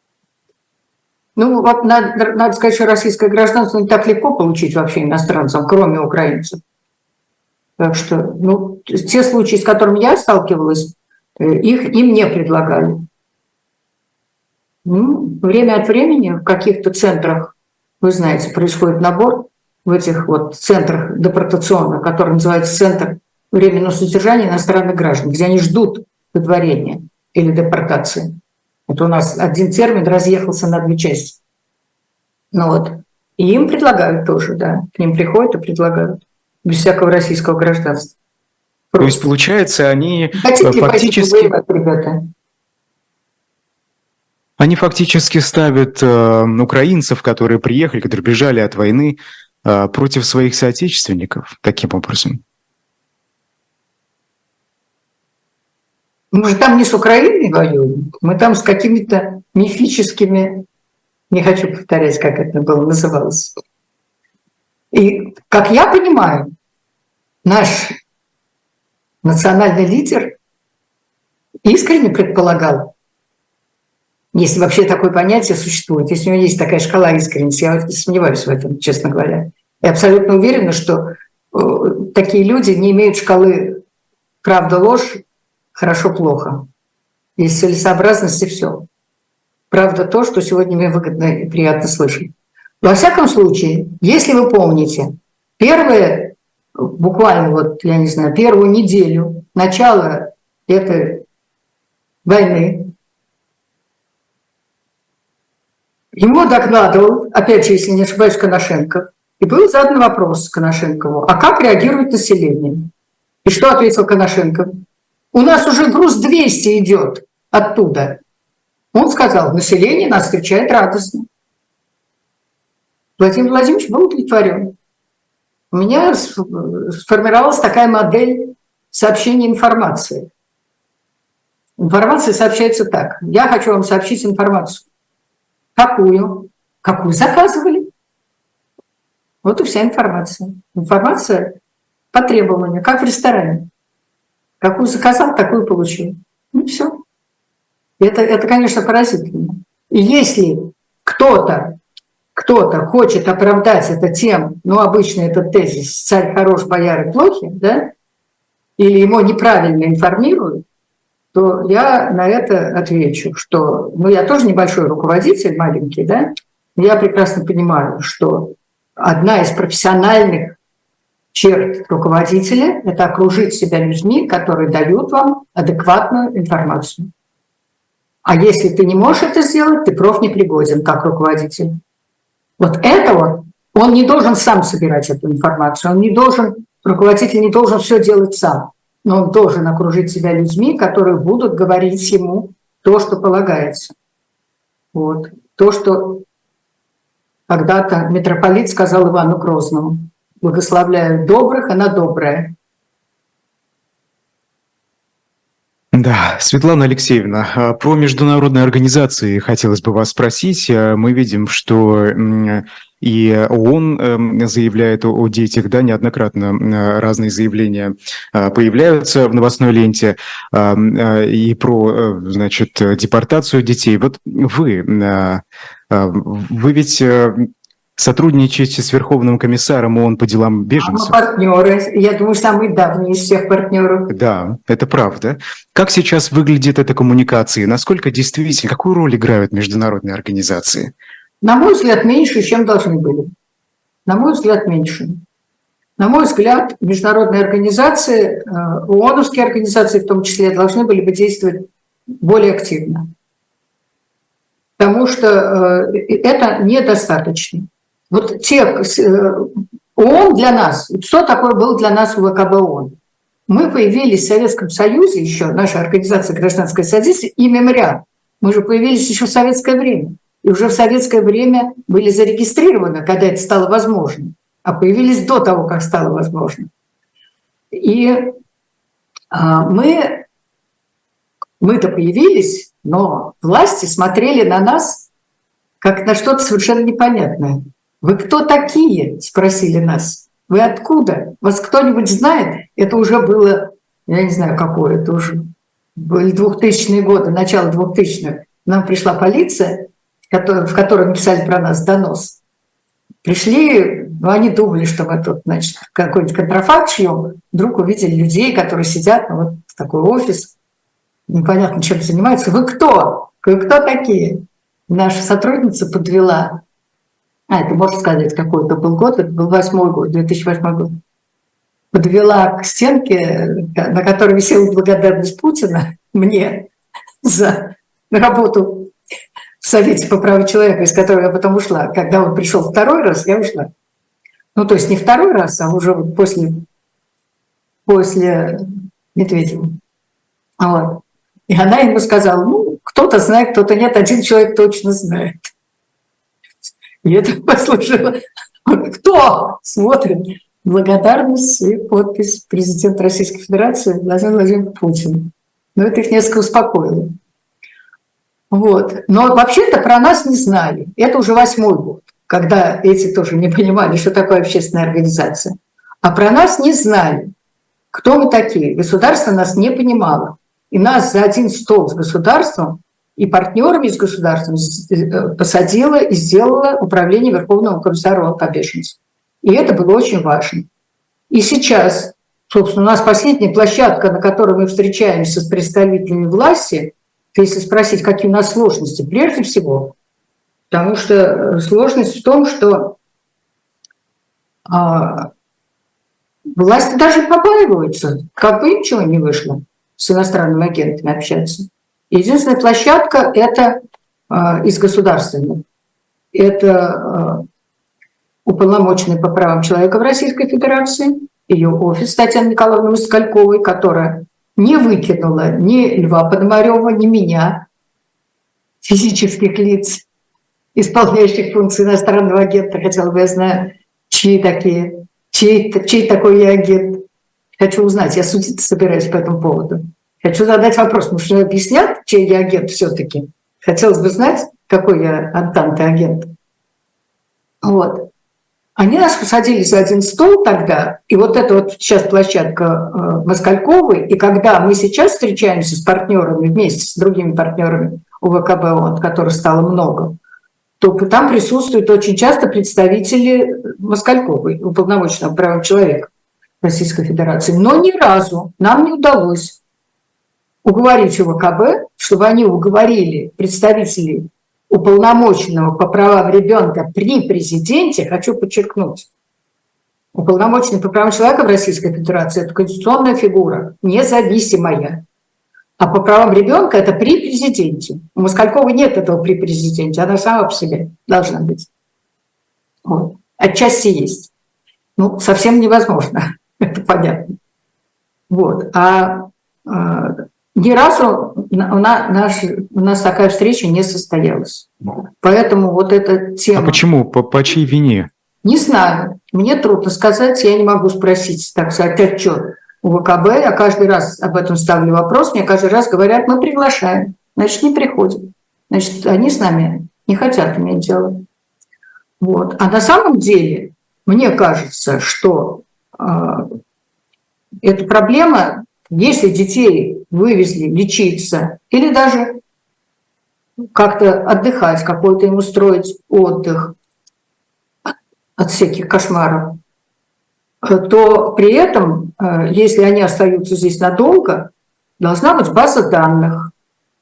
Ну, вот надо, надо сказать, что российское гражданство не так легко получить вообще иностранцам, кроме украинцев. Так что, ну, те случаи, с которыми я сталкивалась, их им не предлагали. Ну, время от времени в каких-то центрах, вы знаете, происходит набор в этих вот центрах депортационных, который называется центр временного содержания иностранных граждан, где они ждут выдворения или депортации. Это у нас один термин разъехался на две части. Ну вот. И им предлагают тоже, да. К ним приходят и предлагают. Без всякого российского гражданства. Просто. То есть, получается, они Хотите фактически... воевать, ребята? Они фактически ставят э, украинцев, которые приехали, которые бежали от войны, э, против своих соотечественников, таким образом. Мы же там не с Украиной воюем, мы там с какими-то мифическими, не хочу повторять, как это было, называлось. И, как я понимаю, наш национальный лидер искренне предполагал, если вообще такое понятие существует, если у него есть такая шкала искренности, я сомневаюсь в этом, честно говоря. Я абсолютно уверена, что э, такие люди не имеют шкалы правда-ложь, хорошо-плохо. Есть целесообразность и все. Правда то, что сегодня мне выгодно и приятно слышать. Во всяком случае, если вы помните, первые, буквально вот, я не знаю, первую неделю начала этой войны, ему докладывал, опять же, если не ошибаюсь, Коношенко, и был задан вопрос Коношенкову, а как реагирует население? И что ответил Коношенко? У нас уже груз двести идет оттуда. Он сказал, население нас встречает радостно. Владимир Владимирович был удовлетворен. У меня сформировалась такая модель сообщения информации. Информация сообщается так. Я хочу вам сообщить информацию. Какую? Какую заказывали? Вот и вся информация. Информация по требованию, как в ресторане. Какую заказал, такую получил. Ну все. Это, это, конечно, поразительно. И если кто-то, кто-то хочет оправдать это тем, ну, обычно этот тезис «царь хорош, бояры плохи», да, или его неправильно информируют, то я на это отвечу, что, ну, я тоже небольшой руководитель, маленький, да, я прекрасно понимаю, что одна из профессиональных черт руководителя – это окружить себя людьми, которые дают вам адекватную информацию. А если ты не можешь это сделать, ты профнепригоден как руководитель. Вот это вот, он не должен сам собирать эту информацию, он не должен, руководитель не должен все делать сам, но он должен окружить себя людьми, которые будут говорить ему то, что полагается. Вот. То, что когда-то митрополит сказал Ивану Грозному: «Благословляю добрых, она добрая». Да, Светлана Алексеевна, про международные организации хотелось бы вас спросить. Мы видим, что и ООН заявляет о детях, да, неоднократно разные заявления появляются в новостной ленте, и про, значит, депортацию детей. Вот вы, вы ведь сотрудничаете с Верховным комиссаром ООН по делам беженцев. Мы партнеры, я думаю, самые давние из всех партнеров. Да, это правда. Как сейчас выглядит эта коммуникация? Насколько действительно, какую роль играют международные организации? На мой взгляд, меньше, чем должны были. На мой взгляд, меньше. На мой взгляд, международные организации, ООНовские организации в том числе, должны были бы действовать более активно. Потому что это недостаточно. Вот те, ООН для нас, что такое был для нас ВКБ ООН? Мы появились в Советском Союзе еще, наша организация «Гражданское содействие» и «Мемориал». Мы же появились еще в советское время. И уже в советское время были зарегистрированы, когда это стало возможным. А появились до того, как стало возможно. И а, мы, мы-то появились, но власти смотрели на нас как на что-то совершенно непонятное. «Вы кто такие?» – спросили нас. «Вы откуда? Вас кто-нибудь знает?» Это уже было, я не знаю, какое, это уже были двухтысячные годы, начало двухтысячных. Нам пришла полиция, в которой написали про нас донос. Пришли, ну, они думали, что мы тут, значит, какой-нибудь контрафакт шьем. Вдруг увидели людей, которые сидят, ну, вот в такой офис, непонятно, чем занимаются. «Вы кто? Вы кто такие?» Наша сотрудница подвела, а это можно сказать, какой-то был год, это был восьмой год, две тысячи восьмой год, подвела к стенке, на которой висела благодарность Путина мне за работу в Совете по правам человека, из которого я потом ушла. Когда он пришел второй раз, я ушла. Ну, то есть не второй раз, а уже вот после, после Медведева. Вот. И она ему сказала, ну, кто-то знает, кто-то нет, один человек точно знает. И это послужило. Кто? Смотрим. Благодарность и подпись президента Российской Федерации Владимир Владимирович Путин. Но это их несколько успокоило. Вот. Но вообще-то про нас не знали. Это уже восьмой год, когда эти тоже не понимали, что такое общественная организация. А про нас не знали, кто мы такие. Государство нас не понимало. И нас за один стол с государством и партнерами с государством посадило и сделало Управление Верховного комиссара по беженцам. И это было очень важно. И сейчас, собственно, у нас последняя площадка, на которой мы встречаемся с представителями власти, если спросить, какие у нас сложности, прежде всего, потому что сложность в том, что а, власти даже побаиваются, как бы ничего не вышло с иностранными агентами общаться. Единственная площадка – это а, из государственных. Это а, уполномоченный по правам человека в Российской Федерации, ее офис Татьяны Николаевны Москальковой, которая не выкинула ни Льва Пономарёва, ни меня, физических лиц, исполняющих функции иностранного агента. Хотела бы я знать, чьи такие, чей, чей такой я агент. Хочу узнать, я судиться собираюсь по этому поводу. Хочу задать вопрос, может, мне объяснят, чей я агент все-таки? Хотелось бы знать, какой я антанты агент. Вот. Они нас посадили за один стол тогда, и вот это вот сейчас площадка Москальковой, и когда мы сейчас встречаемся с партнерами, вместе с другими партнерами УВКБ ООН, которых стало много, то там присутствуют очень часто представители Москальковой, уполномоченного по правам человека Российской Федерации. Но ни разу нам не удалось уговорить УВКБ, чтобы они уговорили представителей уполномоченного по правам ребенка при президенте, хочу подчеркнуть, уполномоченный по правам человека в Российской Федерации – это конституционная фигура, независимая. А по правам ребенка это при президенте. У Москальковой нет этого при президенте, она сама по себе должна быть. Вот. Отчасти есть. Ну, совсем невозможно, это понятно. Вот. А, а ни разу у нас, наш, у нас такая встреча не состоялась. Поэтому вот эта тема... А почему? По, по чьей вине? Не знаю. Мне трудно сказать, я не могу спросить, так сказать, отчет у ВКБ. Я каждый раз об этом ставлю вопрос. Мне каждый раз говорят, мы приглашаем. Значит, не приходят. Значит, они с нами не хотят иметь дело. Вот. А на самом деле, мне кажется, что э, эта проблема... Если детей вывезли лечиться или даже как-то отдыхать, какой-то им устроить отдых от всяких кошмаров, то при этом, если они остаются здесь надолго, должна быть база данных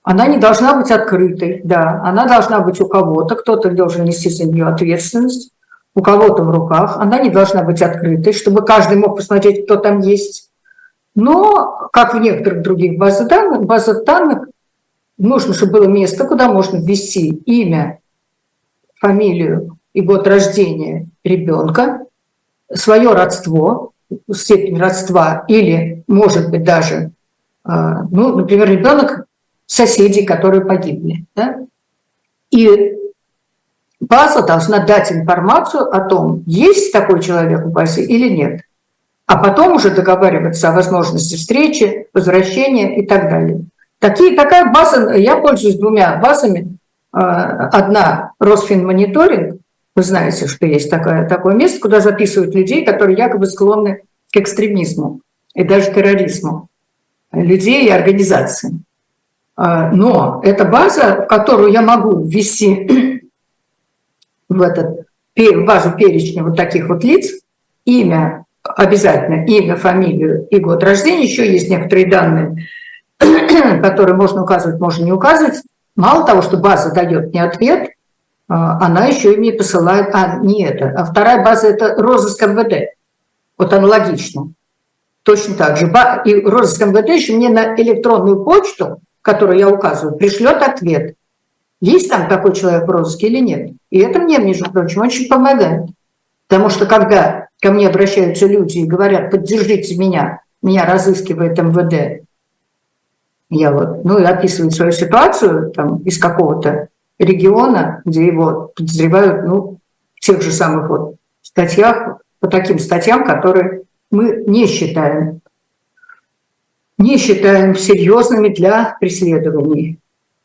Она не должна быть открытой, да. Она должна быть у кого-то, кто-то должен нести за нее ответственность, у кого-то в руках. Она не должна быть открытой, чтобы каждый мог посмотреть, кто там есть. Но, как в некоторых других базах данных, базах данных нужно, чтобы было место, куда можно ввести имя, фамилию и год рождения ребенка, свое родство, степень родства, или, может быть, даже, ну, например, ребенок соседей, которые погибли. Да? И база должна дать информацию о том, есть такой человек в базе или нет. А потом уже договариваться о возможности встречи, возвращения и так далее. Такие, такая база, я пользуюсь двумя базами. Одна — Росфинмониторинг. Вы знаете, что есть такое, такое место, куда записывают людей, которые якобы склонны к экстремизму и даже терроризму. Людей и организаций. Но это база, в которую я могу ввести в, этот, в базу перечня вот таких вот лиц, имя, обязательно имя, фамилию и год рождения. Еще есть некоторые данные, которые можно указывать, можно не указывать. Мало того, что база дает мне ответ, она еще и мне посылает, а не это, а вторая база — это розыск эм вэ дэ. Вот аналогично. Точно так же. И розыск эм вэ дэ еще мне на электронную почту, которую я указываю, пришлет ответ, есть там такой человек в розыске или нет. И это мне, между прочим, очень помогает. Потому что когда ко мне обращаются люди и говорят: поддержите меня, меня разыскивает эм вэ дэ, я вот, ну и описываю свою ситуацию там, из какого-то региона, где его подозревают, ну, в тех же самых вот статьях, по таким статьям, которые мы не считаем, не считаем серьезными для преследований,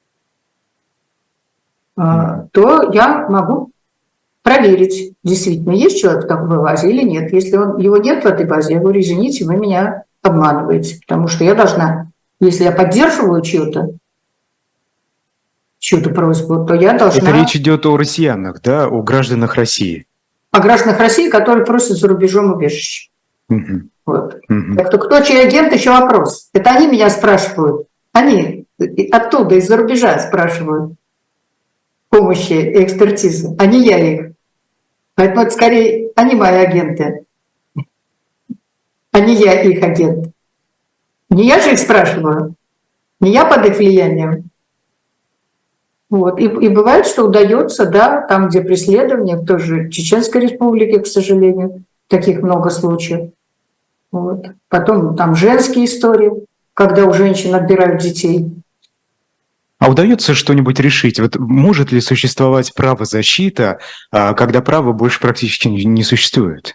то я могу проверить, действительно, есть человек в такой базе или нет. Если он, его нет в этой базе, я говорю: извините, вы меня обманываете, потому что я должна, если я поддерживаю чью-то, чью-то просьбу, то я должна... Это речь идет о россиянах, да, о гражданах России? О гражданах России, которые просят за рубежом убежище. Угу. Вот. Угу. Так что кто чей агент, еще вопрос. Это они меня спрашивают. Они оттуда, из-за рубежа спрашивают помощи и экспертизы, а не я их. Поэтому это скорее они мои агенты, а не я их агент. Не я же их спрашиваю, не я под их влиянием. Вот. И, и бывает, что удается, да, там, где преследование, тоже в Чеченской Республике, к сожалению, таких много случаев. Вот. Потом там женские истории, когда у женщин отбирают детей. А удается что-нибудь решить? Вот может ли существовать правозащита, когда права больше практически не существует?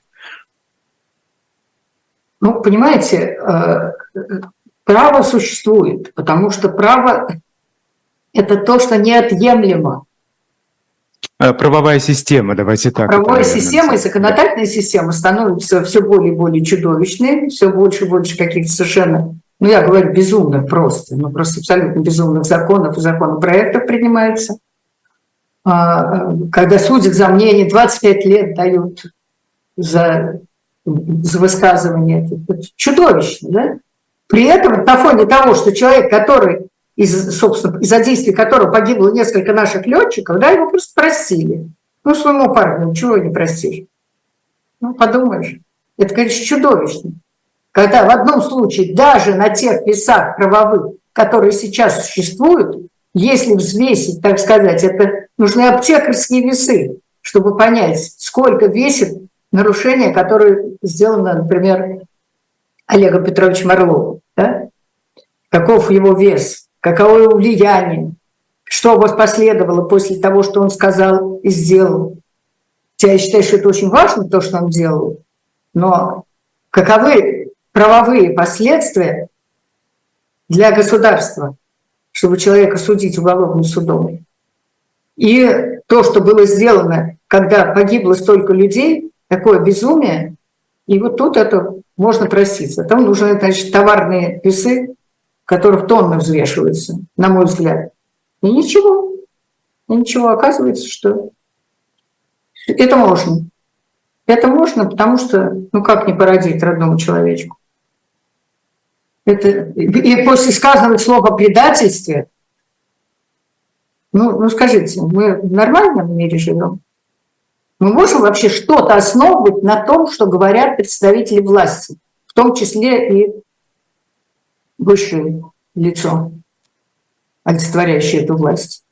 Ну, понимаете, право существует, потому что право — это то, что неотъемлемо. Правовая система, давайте так. Правовая система и законодательная система становятся все более и более чудовищной, все больше и больше каких-то совершенно, ну, я говорю, безумных просто, ну, просто абсолютно безумных законов и законопроектов принимается. Когда судят за мнение, двадцать пять лет дают за, за высказывание. Это чудовищно, да? При этом на фоне того, что человек, который, из, собственно, из-за действий которого погибло несколько наших летчиков, да, его просто простили. Ну, своему парню, чего не простишь? Ну, подумаешь. Это, конечно, чудовищно. Когда в одном случае даже на тех весах правовых, которые сейчас существуют, если взвесить, так сказать, это нужны аптекарские весы, чтобы понять, сколько весит нарушение, которое сделано, например, Олегом Петровичем Орловым. Да? Каков его вес, каково его влияние, что вот последовало после того, что он сказал и сделал. Я считаю, что это очень важно, то, что он делал, но каковы правовые последствия для государства, чтобы человека судить уголовным судом. И то, что было сделано, когда погибло столько людей, такое безумие, и вот тут это можно проститься. Там нужны, значит, товарные весы, в которых тонны взвешиваются, на мой взгляд. И ничего. И ничего. Оказывается, что это можно. Это можно, потому что, ну как не породить родному человечку? Это, и после сказанных слов о предательстве, Ну, ну скажите, мы в нормальном мире живем? Мы можем вообще что-то основывать на том, что говорят представители власти, в том числе и высшее лицо, олицетворяющее эту власть?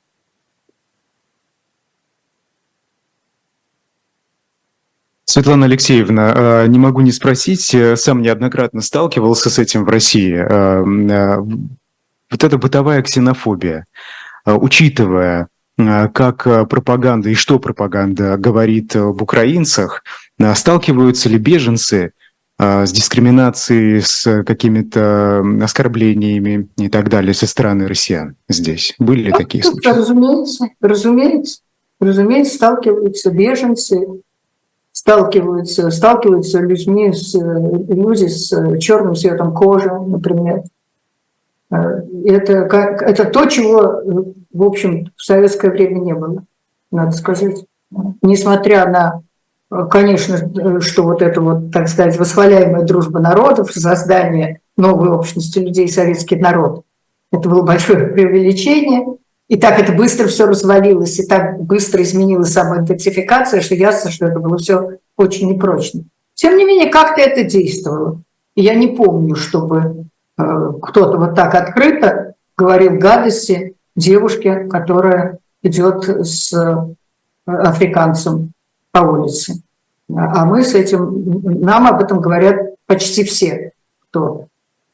Светлана Алексеевна, не могу не спросить, сам неоднократно сталкивался с этим в России. Вот эта бытовая ксенофобия, учитывая, как пропаганда и что пропаганда говорит об украинцах, сталкиваются ли беженцы с дискриминацией, с какими-то оскорблениями и так далее со стороны россиян здесь? Были ли такие случаи? Разумеется, разумеется, разумеется, сталкиваются беженцы, сталкиваются, сталкиваются людьми с, люди с черным цветом кожи, например. Это, как, это то, чего, в общем, в советское время не было, надо сказать. Несмотря на, конечно, что вот это вот, так сказать, восхваляемая дружба народов, создание новой общности людей, советский народ, это было большое преувеличение. И так это быстро все развалилось, и так быстро изменилась самоидентификация, что ясно, что это было все очень непрочно. Тем не менее, как-то это действовало. И я не помню, чтобы кто-то вот так открыто говорил гадости девушке, которая идет с африканцем по улице. А мы с этим, нам об этом говорят почти все, кто,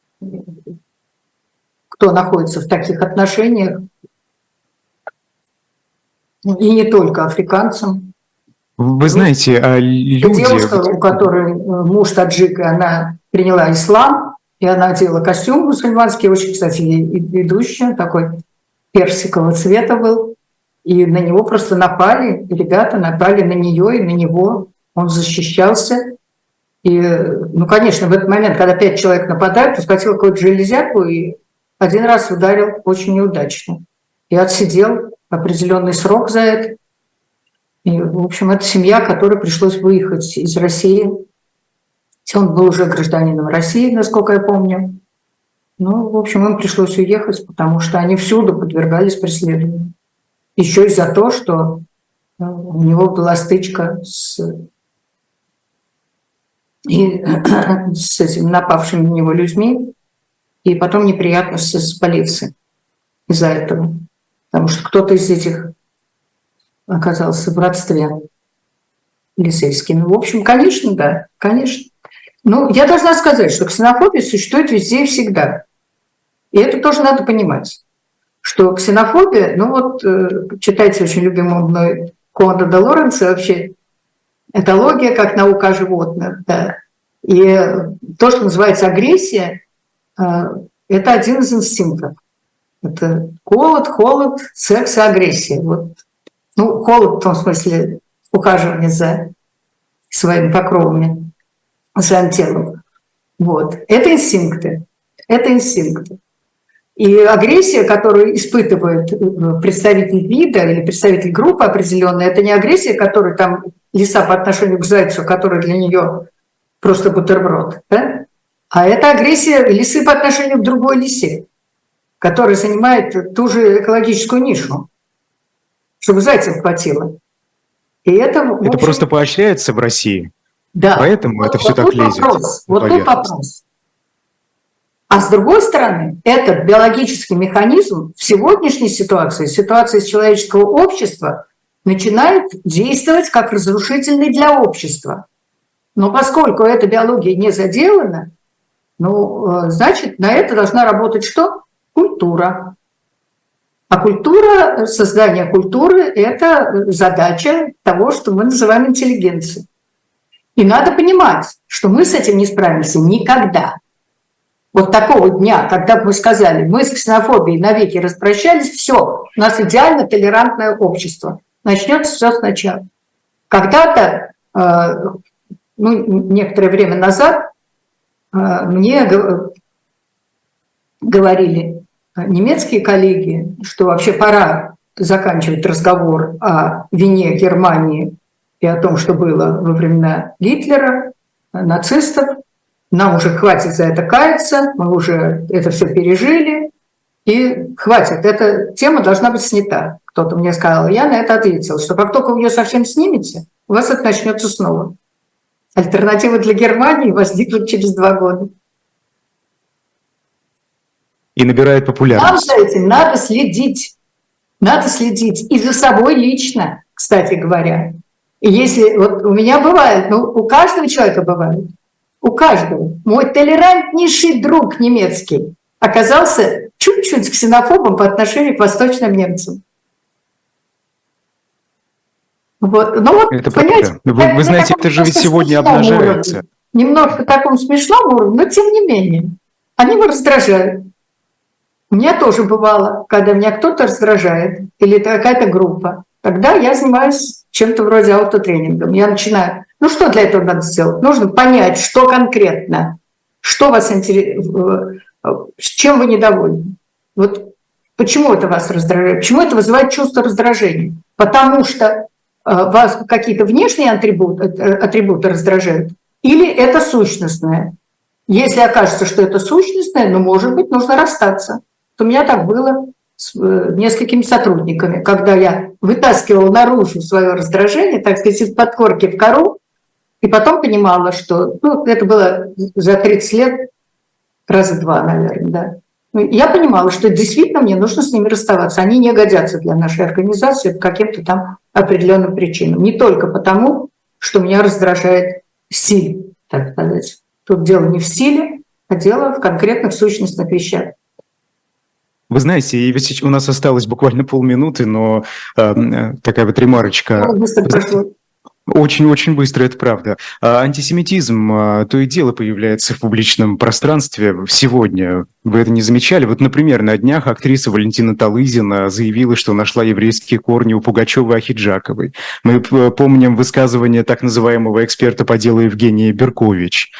кто находится в таких отношениях, и не только африканцам. Вы знаете, а люди... Девушка, у которой муж таджик, и она приняла ислам, и она одела костюм мусульманский, очень, кстати, идущий, такой персикового цвета был. И на него просто напали, ребята напали на нее и на него. Он защищался. И, ну, конечно, в этот момент, когда пять человек нападают, то схватил какую-то железяку и один раз ударил очень неудачно. И отсидел определенный срок за это. И, в общем, это семья, которой пришлось выехать из России. Он был уже гражданином России, насколько я помню. Ну, в общем, им пришлось уехать, потому что они всюду подвергались преследованию. Еще и за то, что у него была стычка с, и, с этими напавшими на него людьми, и потом неприятности с полицией из-за этого. Потому что кто-то из этих оказался в родстве полицейскими. В общем, конечно, да, конечно. Ну, я должна сказать, что ксенофобия существует везде и всегда. И это тоже надо понимать, что ксенофобия, ну вот, читайте очень любимого мной Конрада де Лоренса, вообще, этология как наука о животных, да. И то, что называется агрессия, это один из инстинктов. Это голод, холод, секс и агрессия. Вот. Ну, холод в том смысле ухаживание за своими покровами, за своим телом. Вот. Это инстинкты. Это инстинкты. И агрессия, которую испытывает представитель вида или представитель группы определенной, это не агрессия, которая там лиса по отношению к зайцу, которая для нее просто бутерброд, да? А это агрессия лисы по отношению к другой лисе, которая занимает ту же экологическую нишу, чтобы зайцев хватило. И это, это общем, просто поощряется в России. Да. Поэтому вот, это вот все так лезет. Вопрос, вот тут вопрос. А с другой стороны, этот биологический механизм в сегодняшней ситуации, ситуации человеческого общества, начинает действовать как разрушительный для общества. Но поскольку эта биология не заделана, ну, значит, на это должна работать что? Культура. А культура, создание культуры – это задача того, что мы называем интеллигенцией. И надо понимать, что мы с этим не справимся никогда. Вот такого дня, когда бы мы сказали, мы с ксенофобией навеки распрощались, все, у нас идеально толерантное общество. Начнется все сначала. Когда-то, ну, некоторое время назад, мне говорили немецкие коллеги, что вообще пора заканчивать разговор о вине Германии и о том, что было во времена Гитлера, нацистов. Нам уже хватит за это каяться, мы уже это все пережили, И хватит, эта тема должна быть снята. Кто-то мне сказал, я на это ответила, что как только вы ее совсем снимете, у вас это начнется снова. Альтернатива для Германии возникнет через два года. И набирает популярность. Нам за этим надо следить. Надо следить. И за собой лично, кстати говоря. И если вот у меня бывает, ну у каждого человека бывает, у каждого. Мой толерантнейший друг немецкий оказался чуть-чуть ксенофобом по отношению к восточным немцам. Вот. Ну вот, это понимаете, вы, вы знаете, это же ведь сегодня обнажается. Уровне, немножко таком смешном уровне, но тем не менее, они его раздражают. У меня тоже бывало, когда меня кто-то раздражает, или какая-то группа, тогда я занимаюсь чем-то вроде аутотренингом. Я начинаю, ну что для этого надо сделать? Нужно понять, что конкретно, что вас интересует, с чем вы недовольны. Вот почему это вас раздражает? Почему это вызывает чувство раздражения? Потому что вас какие-то внешние атрибуты, атрибуты раздражают, или это сущностное? Если окажется, что это сущностное, ну, может быть, нужно расстаться. У меня так было с несколькими сотрудниками, когда я вытаскивала наружу свое раздражение, так сказать, из подкорки в кору, и потом понимала, что ну, это было за тридцать лет, раза два, наверное, да. Я понимала, что действительно мне нужно с ними расставаться. Они не годятся для нашей организации по каким-то там определенным причинам. Не только потому, что меня раздражает стиль, так сказать. Тут дело не в стиле, а дело в конкретных сущностных вещах. Вы знаете, и ведь у нас осталось буквально полминуты, но э, такая вот ремарочка. Ну, быстро прошло. Очень-очень быстро, это правда. А антисемитизм а, то и дело появляется в публичном пространстве сегодня. Вы это не замечали? Вот, например, на днях актриса Валентина Талызина заявила, что нашла еврейские корни у Пугачевой и Ахиджаковой. Мы помним высказывание так называемого эксперта по делу Евгения Беркович.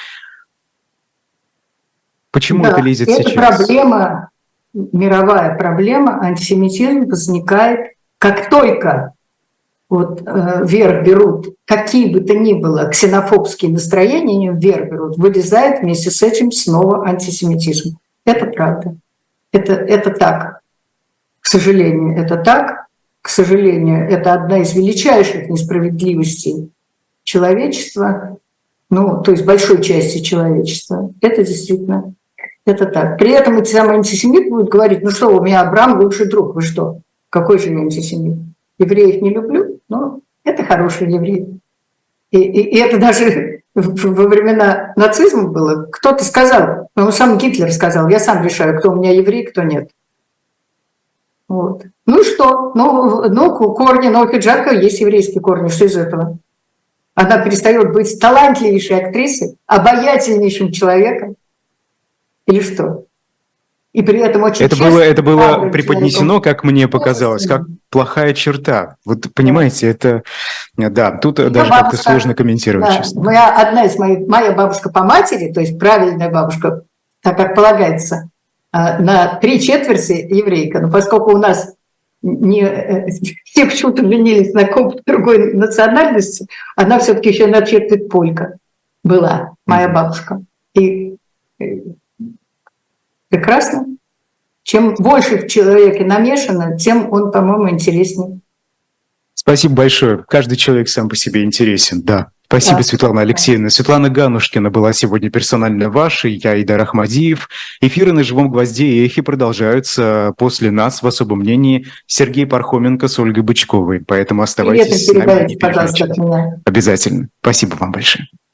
Почему да, это лезет это сейчас? Проблема, мировая проблема, антисемитизм возникает, как только вот, э, вверх берут, какие бы то ни было ксенофобские настроения, они вверх берут, вылезает вместе с этим снова антисемитизм. Это правда. Это, это так. К сожалению, это так. К сожалению, это одна из величайших несправедливостей человечества, ну, то есть большой части человечества. Это действительно, это так. При этом эти самые антисемиты будут говорить, ну что, у меня Абрам лучший друг, вы что? Какой же я антисемит? Евреев не люблю, но это хороший еврей. И, и, и это даже во времена нацизма было. Кто-то сказал, ну, сам Гитлер сказал, я сам решаю, кто у меня еврей, кто нет. Вот. Ну и что? Ну, ну корни, но у Ахиджакова есть еврейские корни, что из этого? Она перестает быть талантливейшей актрисой, обаятельнейшим человеком. Или что? И при этом очень это было, это было преподнесено, как мне показалось, как плохая черта. Вот понимаете, это, да, тут моя даже как-то сложно комментировать, да, честно. Моя, одна из моих, моя бабушка по матери, то есть правильная бабушка, так как полагается, на три четверти еврейка, но поскольку у нас не, все почему-то женились на какой-то другой национальности, она все-таки еще на четверть полька была, моя бабушка. И прекрасно. Чем больше в человеке намешано, тем он, по-моему, интереснее. Спасибо большое. Каждый человек сам по себе интересен, да. Спасибо, да. Светлана Алексеевна. Светлана Ганушкина была сегодня персонально вашей, я Идар Ахмадиев. Эфиры на «Живом гвозде» и «Эхе» продолжаются после нас в особом мнении Сергей Пархоменко с Ольгой Бычковой. Поэтому оставайтесь Привет, с нами. Пожалуйста, от меня. Обязательно. Спасибо вам большое.